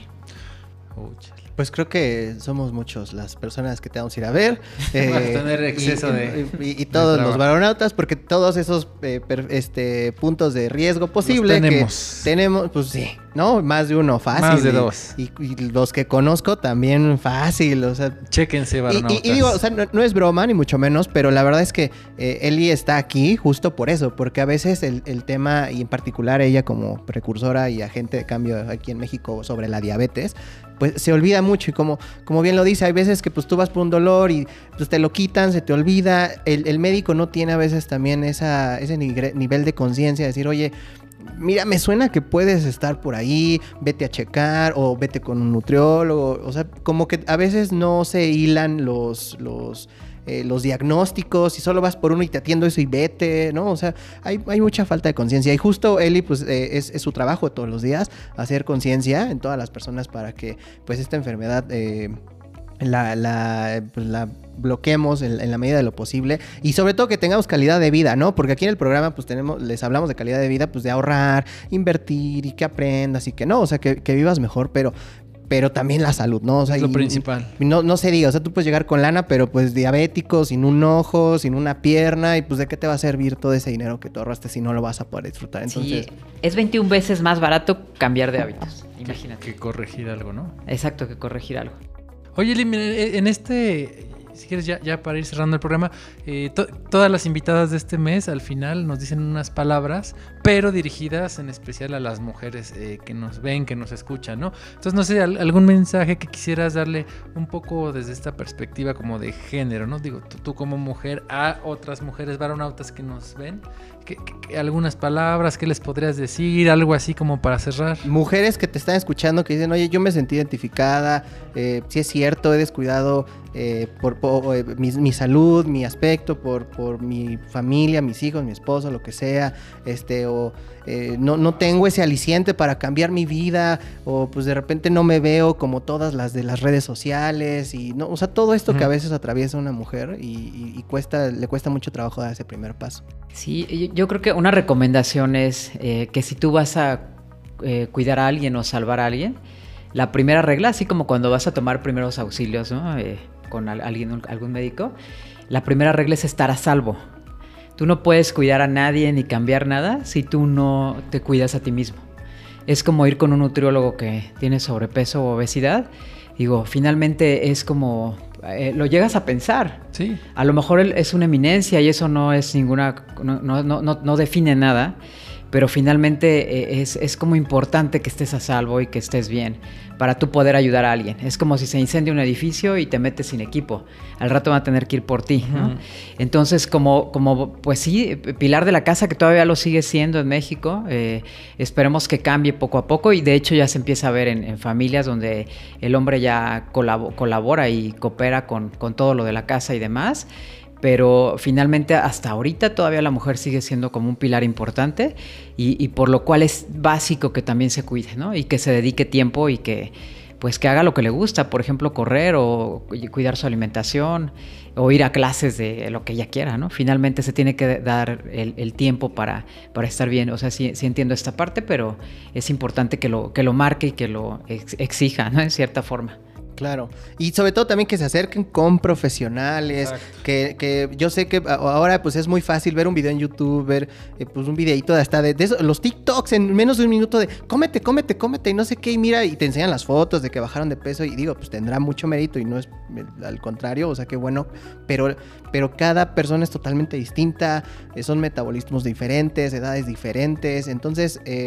[SPEAKER 3] Oh, pues creo que somos muchos las personas que te vamos a ir a ver. Eh,
[SPEAKER 2] Vas a tener exceso
[SPEAKER 3] y,
[SPEAKER 2] de...
[SPEAKER 3] Y, y, y todos los varonautas, porque todos esos eh, per, este, puntos de riesgo posible
[SPEAKER 2] los tenemos.
[SPEAKER 3] que tenemos, pues sí, ¿no? Más de uno fácil.
[SPEAKER 2] Más de
[SPEAKER 3] y,
[SPEAKER 2] dos.
[SPEAKER 3] Y, y los que conozco también fácil, o sea...
[SPEAKER 2] Chéquense, varonautas.
[SPEAKER 3] Y, y, y digo, o sea, no, no es broma, ni mucho menos, pero la verdad es que eh, Eli está aquí justo por eso, porque a veces el, el tema, y en particular ella como precursora y agente de cambio aquí en México sobre la diabetes, pues se olvida mucho y como, como bien lo dice, hay veces que pues tú vas por un dolor y pues te lo quitan, se te olvida, el, el médico no tiene a veces también esa, ese nivel de conciencia de decir, oye, mira, me suena que puedes estar por ahí, vete a checar o vete con un nutriólogo, o sea, como que a veces no se hilan los... los Eh, los diagnósticos y solo vas por uno y te atiendo eso y vete, ¿no? O sea, hay, hay mucha falta de conciencia y justo Eli, pues eh, es, es su trabajo todos los días, hacer conciencia en todas las personas para que pues esta enfermedad eh, la, la, pues, la bloqueemos en, en la medida de lo posible y sobre todo que tengamos calidad de vida, ¿no? Porque aquí en el programa pues tenemos, les hablamos de calidad de vida, pues de ahorrar, invertir y que aprendas y que no, o sea, que, que vivas mejor, pero pero también la salud, ¿no? O sea,
[SPEAKER 2] es lo
[SPEAKER 3] y,
[SPEAKER 2] principal.
[SPEAKER 3] Y no, no se diga, o sea, tú puedes llegar con lana, pero pues diabético, sin un ojo, sin una pierna, y pues ¿de qué te va a servir todo ese dinero que tú ahorraste si no lo vas a poder disfrutar? Entonces,
[SPEAKER 4] sí, es veintiún veces más barato cambiar de hábitos, imagínate.
[SPEAKER 2] Que, que corregir algo, ¿no?
[SPEAKER 4] Exacto, que corregir algo.
[SPEAKER 2] Oye, Eli, en este... Si quieres, ya, ya para ir cerrando el programa, eh, to- todas las invitadas de este mes al final nos dicen unas palabras, pero dirigidas en especial a las mujeres eh, que nos ven, que nos escuchan, ¿no? Entonces, no sé, al- algún mensaje que quisieras darle un poco desde esta perspectiva como de género, ¿no? Digo, tú, tú como mujer a otras mujeres varonautas que nos ven, que, que, que algunas palabras, ¿qué les podrías decir? Algo así como para cerrar.
[SPEAKER 3] Mujeres que te están escuchando que dicen, oye, yo me sentí identificada, eh, sí es cierto, he descuidado eh, por, por eh, mi, mi salud, mi aspecto, por, por mi familia, mis hijos, mi esposo, lo que sea, este, o eh, no, no tengo ese aliciente para cambiar mi vida, o pues de repente no me veo como todas las de las redes sociales, y no, o sea, todo esto uh-huh. que a veces atraviesa una mujer y, y, y cuesta, le cuesta mucho trabajo dar ese primer paso.
[SPEAKER 4] Sí, yo creo que una recomendación es eh, que si tú vas a eh, cuidar a alguien o salvar a alguien, la primera regla, así como cuando vas a tomar primeros auxilios, ¿no? Eh, con alguien, algún médico, la primera regla es estar a salvo. Tú no puedes cuidar a nadie ni cambiar nada si tú no te cuidas a ti mismo. Es como ir con un nutriólogo que tiene sobrepeso o obesidad. Digo, finalmente es como... Eh, lo llegas a pensar.
[SPEAKER 2] Sí.
[SPEAKER 4] A lo mejor es una eminencia y eso no es ninguna... No, no, no, no define nada. Pero finalmente eh, es, es como importante que estés a salvo y que estés bien para tú poder ayudar a alguien. Es como si se incendia un edificio y te metes sin equipo. Al rato van a tener que ir por ti, ¿no? Uh-huh. Entonces, como, como, pues sí, pilar de la casa, que todavía lo sigue siendo en México, eh, esperemos que cambie poco a poco y de hecho ya se empieza a ver en, en familias donde el hombre ya colab- colabora y coopera con, con todo lo de la casa y demás. Pero finalmente hasta ahorita todavía la mujer sigue siendo como un pilar importante y, y por lo cual es básico que también se cuide, ¿no? Y que se dedique tiempo y que pues que haga lo que le gusta, por ejemplo correr o cuidar su alimentación o ir a clases de lo que ella quiera, ¿no? Finalmente se tiene que dar el, el tiempo para, para estar bien, o sea, sí, sí entiendo esta parte, pero es importante que lo, que lo marque y que lo ex, exija, ¿no? En cierta forma.
[SPEAKER 3] Claro, y sobre todo también que se acerquen con profesionales, que, que yo sé que ahora pues es muy fácil ver un video en YouTube, ver eh, pues un videito de hasta de, de eso, los TikToks en menos de un minuto de cómete, cómete, cómete y no sé qué, y mira, y te enseñan las fotos de que bajaron de peso y digo, pues tendrá mucho mérito y no es al contrario, o sea que bueno, pero, pero cada persona es totalmente distinta, eh, son metabolismos diferentes, edades diferentes, entonces... Eh,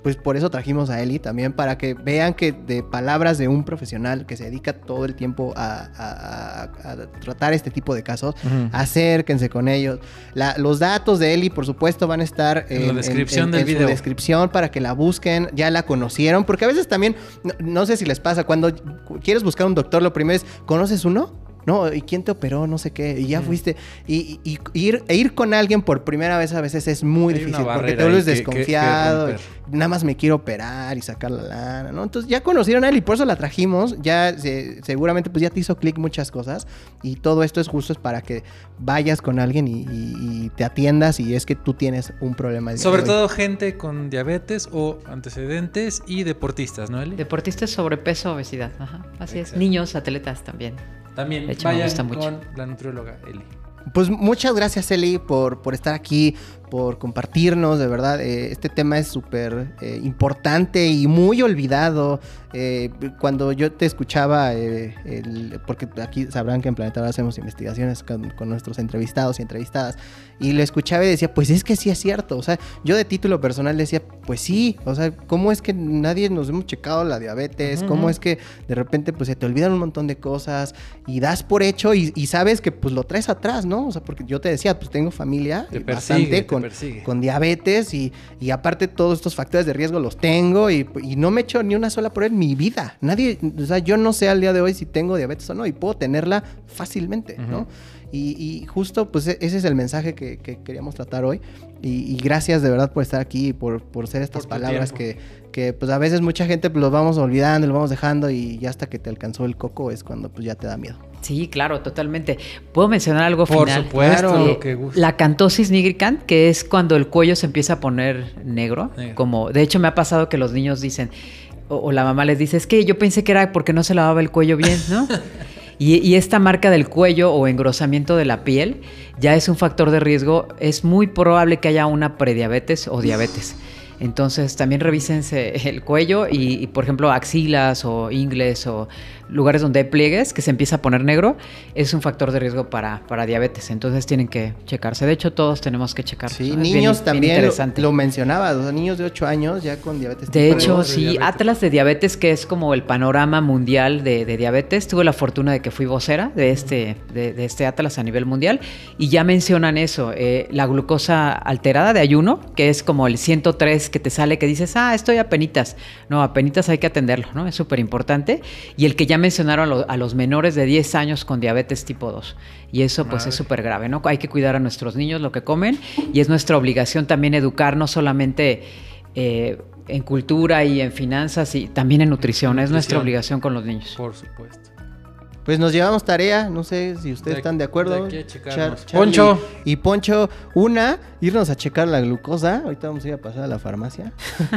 [SPEAKER 3] pues por eso trajimos a Eli también, para que vean que de palabras de un profesional que se dedica todo el tiempo a, a, a, a tratar este tipo de casos, uh-huh. acérquense con ellos. La, los datos de Eli, por supuesto, van a estar
[SPEAKER 2] en, en la descripción
[SPEAKER 3] en, en,
[SPEAKER 2] del
[SPEAKER 3] en
[SPEAKER 2] video.
[SPEAKER 3] Su descripción para que la busquen, ya la conocieron, porque a veces también, no, no sé si les pasa, cuando quieres buscar un doctor, lo primero es, ¿conoces uno? No, ¿y quién te operó? No sé qué, y ya mm. fuiste. Y, y, y ir, e ir con alguien por primera vez a veces es muy Hay difícil, porque te vuelves desconfiado, que, que, que nada más me quiero operar y sacar la lana, ¿no? Entonces ya conocieron a él y por eso la trajimos, ya se, seguramente pues ya te hizo clic muchas cosas, y todo esto es justo es para que vayas con alguien y, y, y te atiendas si es que tú tienes un problema de
[SPEAKER 2] Sobre todo gente con diabetes o antecedentes y deportistas, ¿no, Eli?
[SPEAKER 4] Deportistas, sobrepeso, obesidad, ajá, así Exacto. es, niños, atletas también.
[SPEAKER 2] También
[SPEAKER 4] de hecho,
[SPEAKER 2] vayan
[SPEAKER 4] me gusta mucho.
[SPEAKER 2] con la nutrióloga Eli.
[SPEAKER 3] Pues muchas gracias, Eli, por, por estar aquí, por compartirnos, de verdad. Eh, este tema es súper eh, importante y muy olvidado. Eh, cuando yo te escuchaba, eh, el, porque aquí sabrán que en Planeta Bar hacemos investigaciones con, con nuestros entrevistados y entrevistadas, y lo escuchaba y decía, pues es que sí es cierto. O sea, yo de título personal decía, pues sí, o sea, ¿cómo es que nadie nos hemos checado la diabetes? Uh-huh. ¿Cómo es que de repente pues se te olvidan un montón de cosas y das por hecho y, y sabes que pues lo traes atrás, ¿no? O sea, porque yo te decía, pues tengo familia
[SPEAKER 2] te
[SPEAKER 3] bastante
[SPEAKER 2] persigue,
[SPEAKER 3] con,
[SPEAKER 2] te
[SPEAKER 3] con diabetes y, y aparte todos estos factores de riesgo los tengo y, y no me echo ni una sola prueba en mi vida. Nadie, o sea, yo no sé al día de hoy si tengo diabetes o no y puedo tenerla fácilmente, uh-huh. ¿no? Y, y justo pues ese es el mensaje que, que queríamos tratar hoy y, y gracias de verdad por estar aquí y por, por ser estas por palabras que, que pues a veces mucha gente pues los vamos olvidando, los vamos dejando y ya hasta que te alcanzó el coco es cuando pues ya te da miedo.
[SPEAKER 4] Sí, claro, totalmente. ¿Puedo mencionar algo
[SPEAKER 2] por
[SPEAKER 4] final?
[SPEAKER 2] Por supuesto,
[SPEAKER 4] claro.
[SPEAKER 2] lo que gusta.
[SPEAKER 4] La cantosis nigricans, que es cuando el cuello se empieza a poner negro, negro. Como de hecho me ha pasado que los niños dicen, o, o la mamá les dice, es que yo pensé que era porque no se lavaba el cuello bien, ¿no? Y, y esta marca del cuello o engrosamiento de la piel ya es un factor de riesgo. Es muy probable que haya una prediabetes o diabetes. Entonces también revísense el cuello y, y, por ejemplo, axilas o ingles o lugares donde hay pliegues que se empieza a poner negro, es un factor de riesgo para, para diabetes. Entonces tienen que checarse. De hecho, todos tenemos que checarnos.
[SPEAKER 3] Sí,
[SPEAKER 4] ¿no?
[SPEAKER 3] niños
[SPEAKER 4] bien,
[SPEAKER 3] también
[SPEAKER 4] bien
[SPEAKER 3] lo, lo mencionabas, o sea, niños de ocho años ya con diabetes.
[SPEAKER 4] De hecho, de sí, diabetes. Atlas de Diabetes, que es como el panorama mundial de, de diabetes. Tuve la fortuna de que fui vocera de este, de, de este Atlas a nivel mundial y ya mencionan eso, eh, la glucosa alterada de ayuno, que es como el ciento tres que te sale, que dices, ah, estoy apenitas. No, apenitas hay que atenderlo, ¿no? Es súper importante. Y el que ya mencionaron a, lo, a los menores de diez años con diabetes tipo dos. Y eso pues Madre. es súper grave, ¿no? Hay que cuidar a nuestros niños lo que comen y es nuestra obligación también educar, no solamente eh, en cultura y en finanzas, y también en nutrición. nutrición. Es nuestra obligación con los niños.
[SPEAKER 2] Por supuesto.
[SPEAKER 3] Pues nos llevamos tarea, no sé si ustedes
[SPEAKER 2] de,
[SPEAKER 3] están de acuerdo.
[SPEAKER 2] De
[SPEAKER 3] Char,
[SPEAKER 2] Poncho.
[SPEAKER 3] Y Poncho, una, irnos a checar la glucosa. Ahorita vamos a ir a pasar a la farmacia.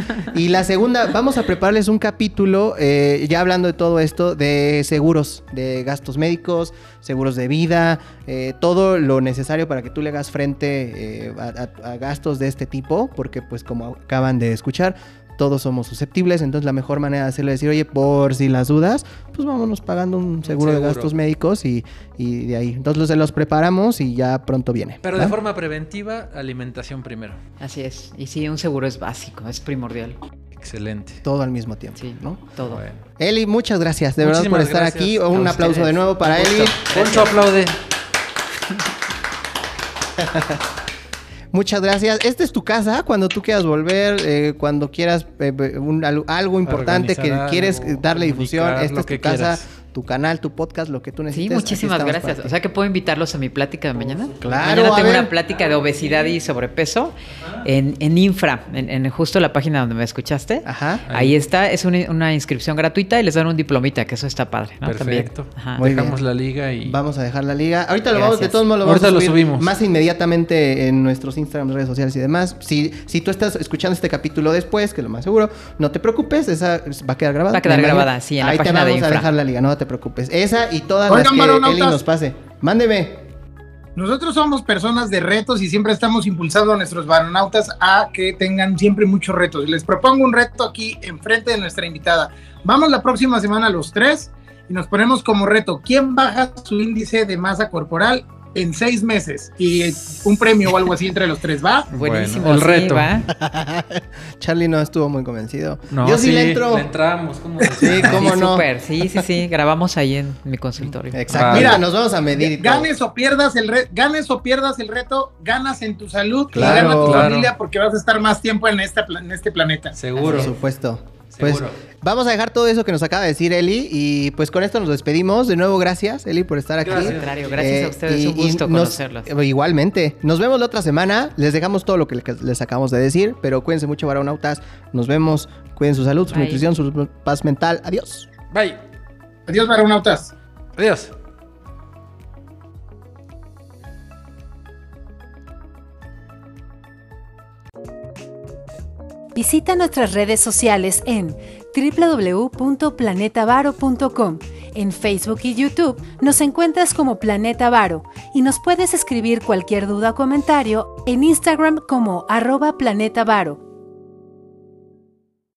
[SPEAKER 3] Y la segunda, vamos a prepararles un capítulo, eh, ya hablando de todo esto, de seguros, de gastos médicos, seguros de vida, eh, todo lo necesario para que tú le hagas frente eh, a, a, a gastos de este tipo, porque pues como acaban de escuchar, todos somos susceptibles, entonces la mejor manera de hacerle es decir, oye, por si las dudas, pues vámonos pagando un seguro, un seguro. de gastos médicos y, y de ahí. Entonces los, los preparamos y ya pronto viene.
[SPEAKER 2] Pero ¿va? De forma preventiva, alimentación primero.
[SPEAKER 4] Así es. Y sí, un seguro es básico, es primordial.
[SPEAKER 2] Excelente.
[SPEAKER 3] Todo al mismo tiempo,
[SPEAKER 4] sí,
[SPEAKER 3] ¿no?
[SPEAKER 4] Todo.
[SPEAKER 3] Bueno. Eli, muchas gracias, de Muchísimas verdad, por estar gracias aquí. Un aplauso ustedes. de nuevo para Eli.
[SPEAKER 2] Poncho aplaude.
[SPEAKER 3] Muchas gracias. Esta es tu casa cuando tú quieras volver, eh, cuando quieras eh, un, algo importante Organizar que quieres algo, darle difusión. Esta es tu casa, quieras. tu canal, tu podcast, lo que tú necesites.
[SPEAKER 4] Sí, muchísimas gracias. O sea que puedo invitarlos a mi plática de mañana.
[SPEAKER 3] Claro.
[SPEAKER 4] Mañana tengo una plática de obesidad y sobrepeso en, en Infra, en, en justo la página donde me escuchaste.
[SPEAKER 3] Ajá.
[SPEAKER 4] Ahí, Ahí está, es una, una inscripción gratuita y les dan un diplomita, que eso está padre, ¿no?
[SPEAKER 2] Perfecto. Dejamos la liga y...
[SPEAKER 3] Vamos a dejar la liga. Ahorita lo vamos, de todos modos lo
[SPEAKER 2] vamos
[SPEAKER 3] Ahorita
[SPEAKER 2] a subir lo subimos.
[SPEAKER 3] más inmediatamente en nuestros Instagram, redes sociales y demás. Si, si tú estás escuchando este capítulo después, que lo más seguro, no te preocupes, esa va a quedar grabada.
[SPEAKER 4] Va a quedar grabada, sí, en
[SPEAKER 3] Ahí
[SPEAKER 4] la página de Infra.
[SPEAKER 3] Ahí te vamos a dejar la liga, no te preocupes. Esa y todas
[SPEAKER 5] Oigan,
[SPEAKER 3] las que Eli nos pase. Mándeme.
[SPEAKER 5] Nosotros somos personas de retos y siempre estamos impulsando a nuestros varonautas a que tengan siempre muchos retos. Les propongo un reto aquí enfrente de nuestra invitada. Vamos la próxima semana los tres y nos ponemos como reto: ¿quién baja su índice de masa corporal en seis meses y un premio o algo así entre los tres, ¿va?
[SPEAKER 4] Buenísimo,
[SPEAKER 2] Bueno, el
[SPEAKER 4] sí,
[SPEAKER 2] reto.
[SPEAKER 4] va.
[SPEAKER 3] Charlie no estuvo muy convencido.
[SPEAKER 2] No,
[SPEAKER 3] Yo sí,
[SPEAKER 2] sí,
[SPEAKER 3] le entro.
[SPEAKER 2] le entramos. ¿Cómo
[SPEAKER 3] Sí, cómo
[SPEAKER 4] Sí,
[SPEAKER 3] no.
[SPEAKER 4] súper, sí, sí, sí, grabamos ahí en mi consultorio.
[SPEAKER 3] Exacto.
[SPEAKER 2] Vale.
[SPEAKER 3] Mira, nos vamos a medir. y todo.
[SPEAKER 5] Ganes o pierdas el re- ganes o pierdas el reto, ganas en tu salud
[SPEAKER 3] Claro,
[SPEAKER 5] y gana tu
[SPEAKER 2] claro.
[SPEAKER 5] familia porque vas a estar más tiempo en, esta, pla- en este planeta.
[SPEAKER 2] Seguro.
[SPEAKER 3] Por supuesto. Pues
[SPEAKER 2] Seguro.
[SPEAKER 3] vamos a dejar todo eso que nos acaba de decir Eli y pues con esto nos despedimos. De nuevo, gracias Eli por estar aquí.
[SPEAKER 2] Gracias.
[SPEAKER 4] Al contrario, gracias a ustedes,
[SPEAKER 3] y-
[SPEAKER 4] un gusto
[SPEAKER 3] y nos-
[SPEAKER 4] conocerlos.
[SPEAKER 3] eh, Igualmente. Nos vemos la otra semana. Les dejamos todo lo que le- les acabamos de decir, pero cuídense mucho, varonautas. Nos vemos. Cuiden su salud, su
[SPEAKER 4] Bye.
[SPEAKER 3] nutrición, su paz mental. Adiós.
[SPEAKER 2] Bye.
[SPEAKER 5] Adiós, varonautas.
[SPEAKER 2] Adiós.
[SPEAKER 1] Visita nuestras redes sociales en doble u doble u doble u punto planeta varo punto com. En Facebook y YouTube nos encuentras como Planeta Varo y nos puedes escribir cualquier duda o comentario en Instagram como arroba Planeta Varo.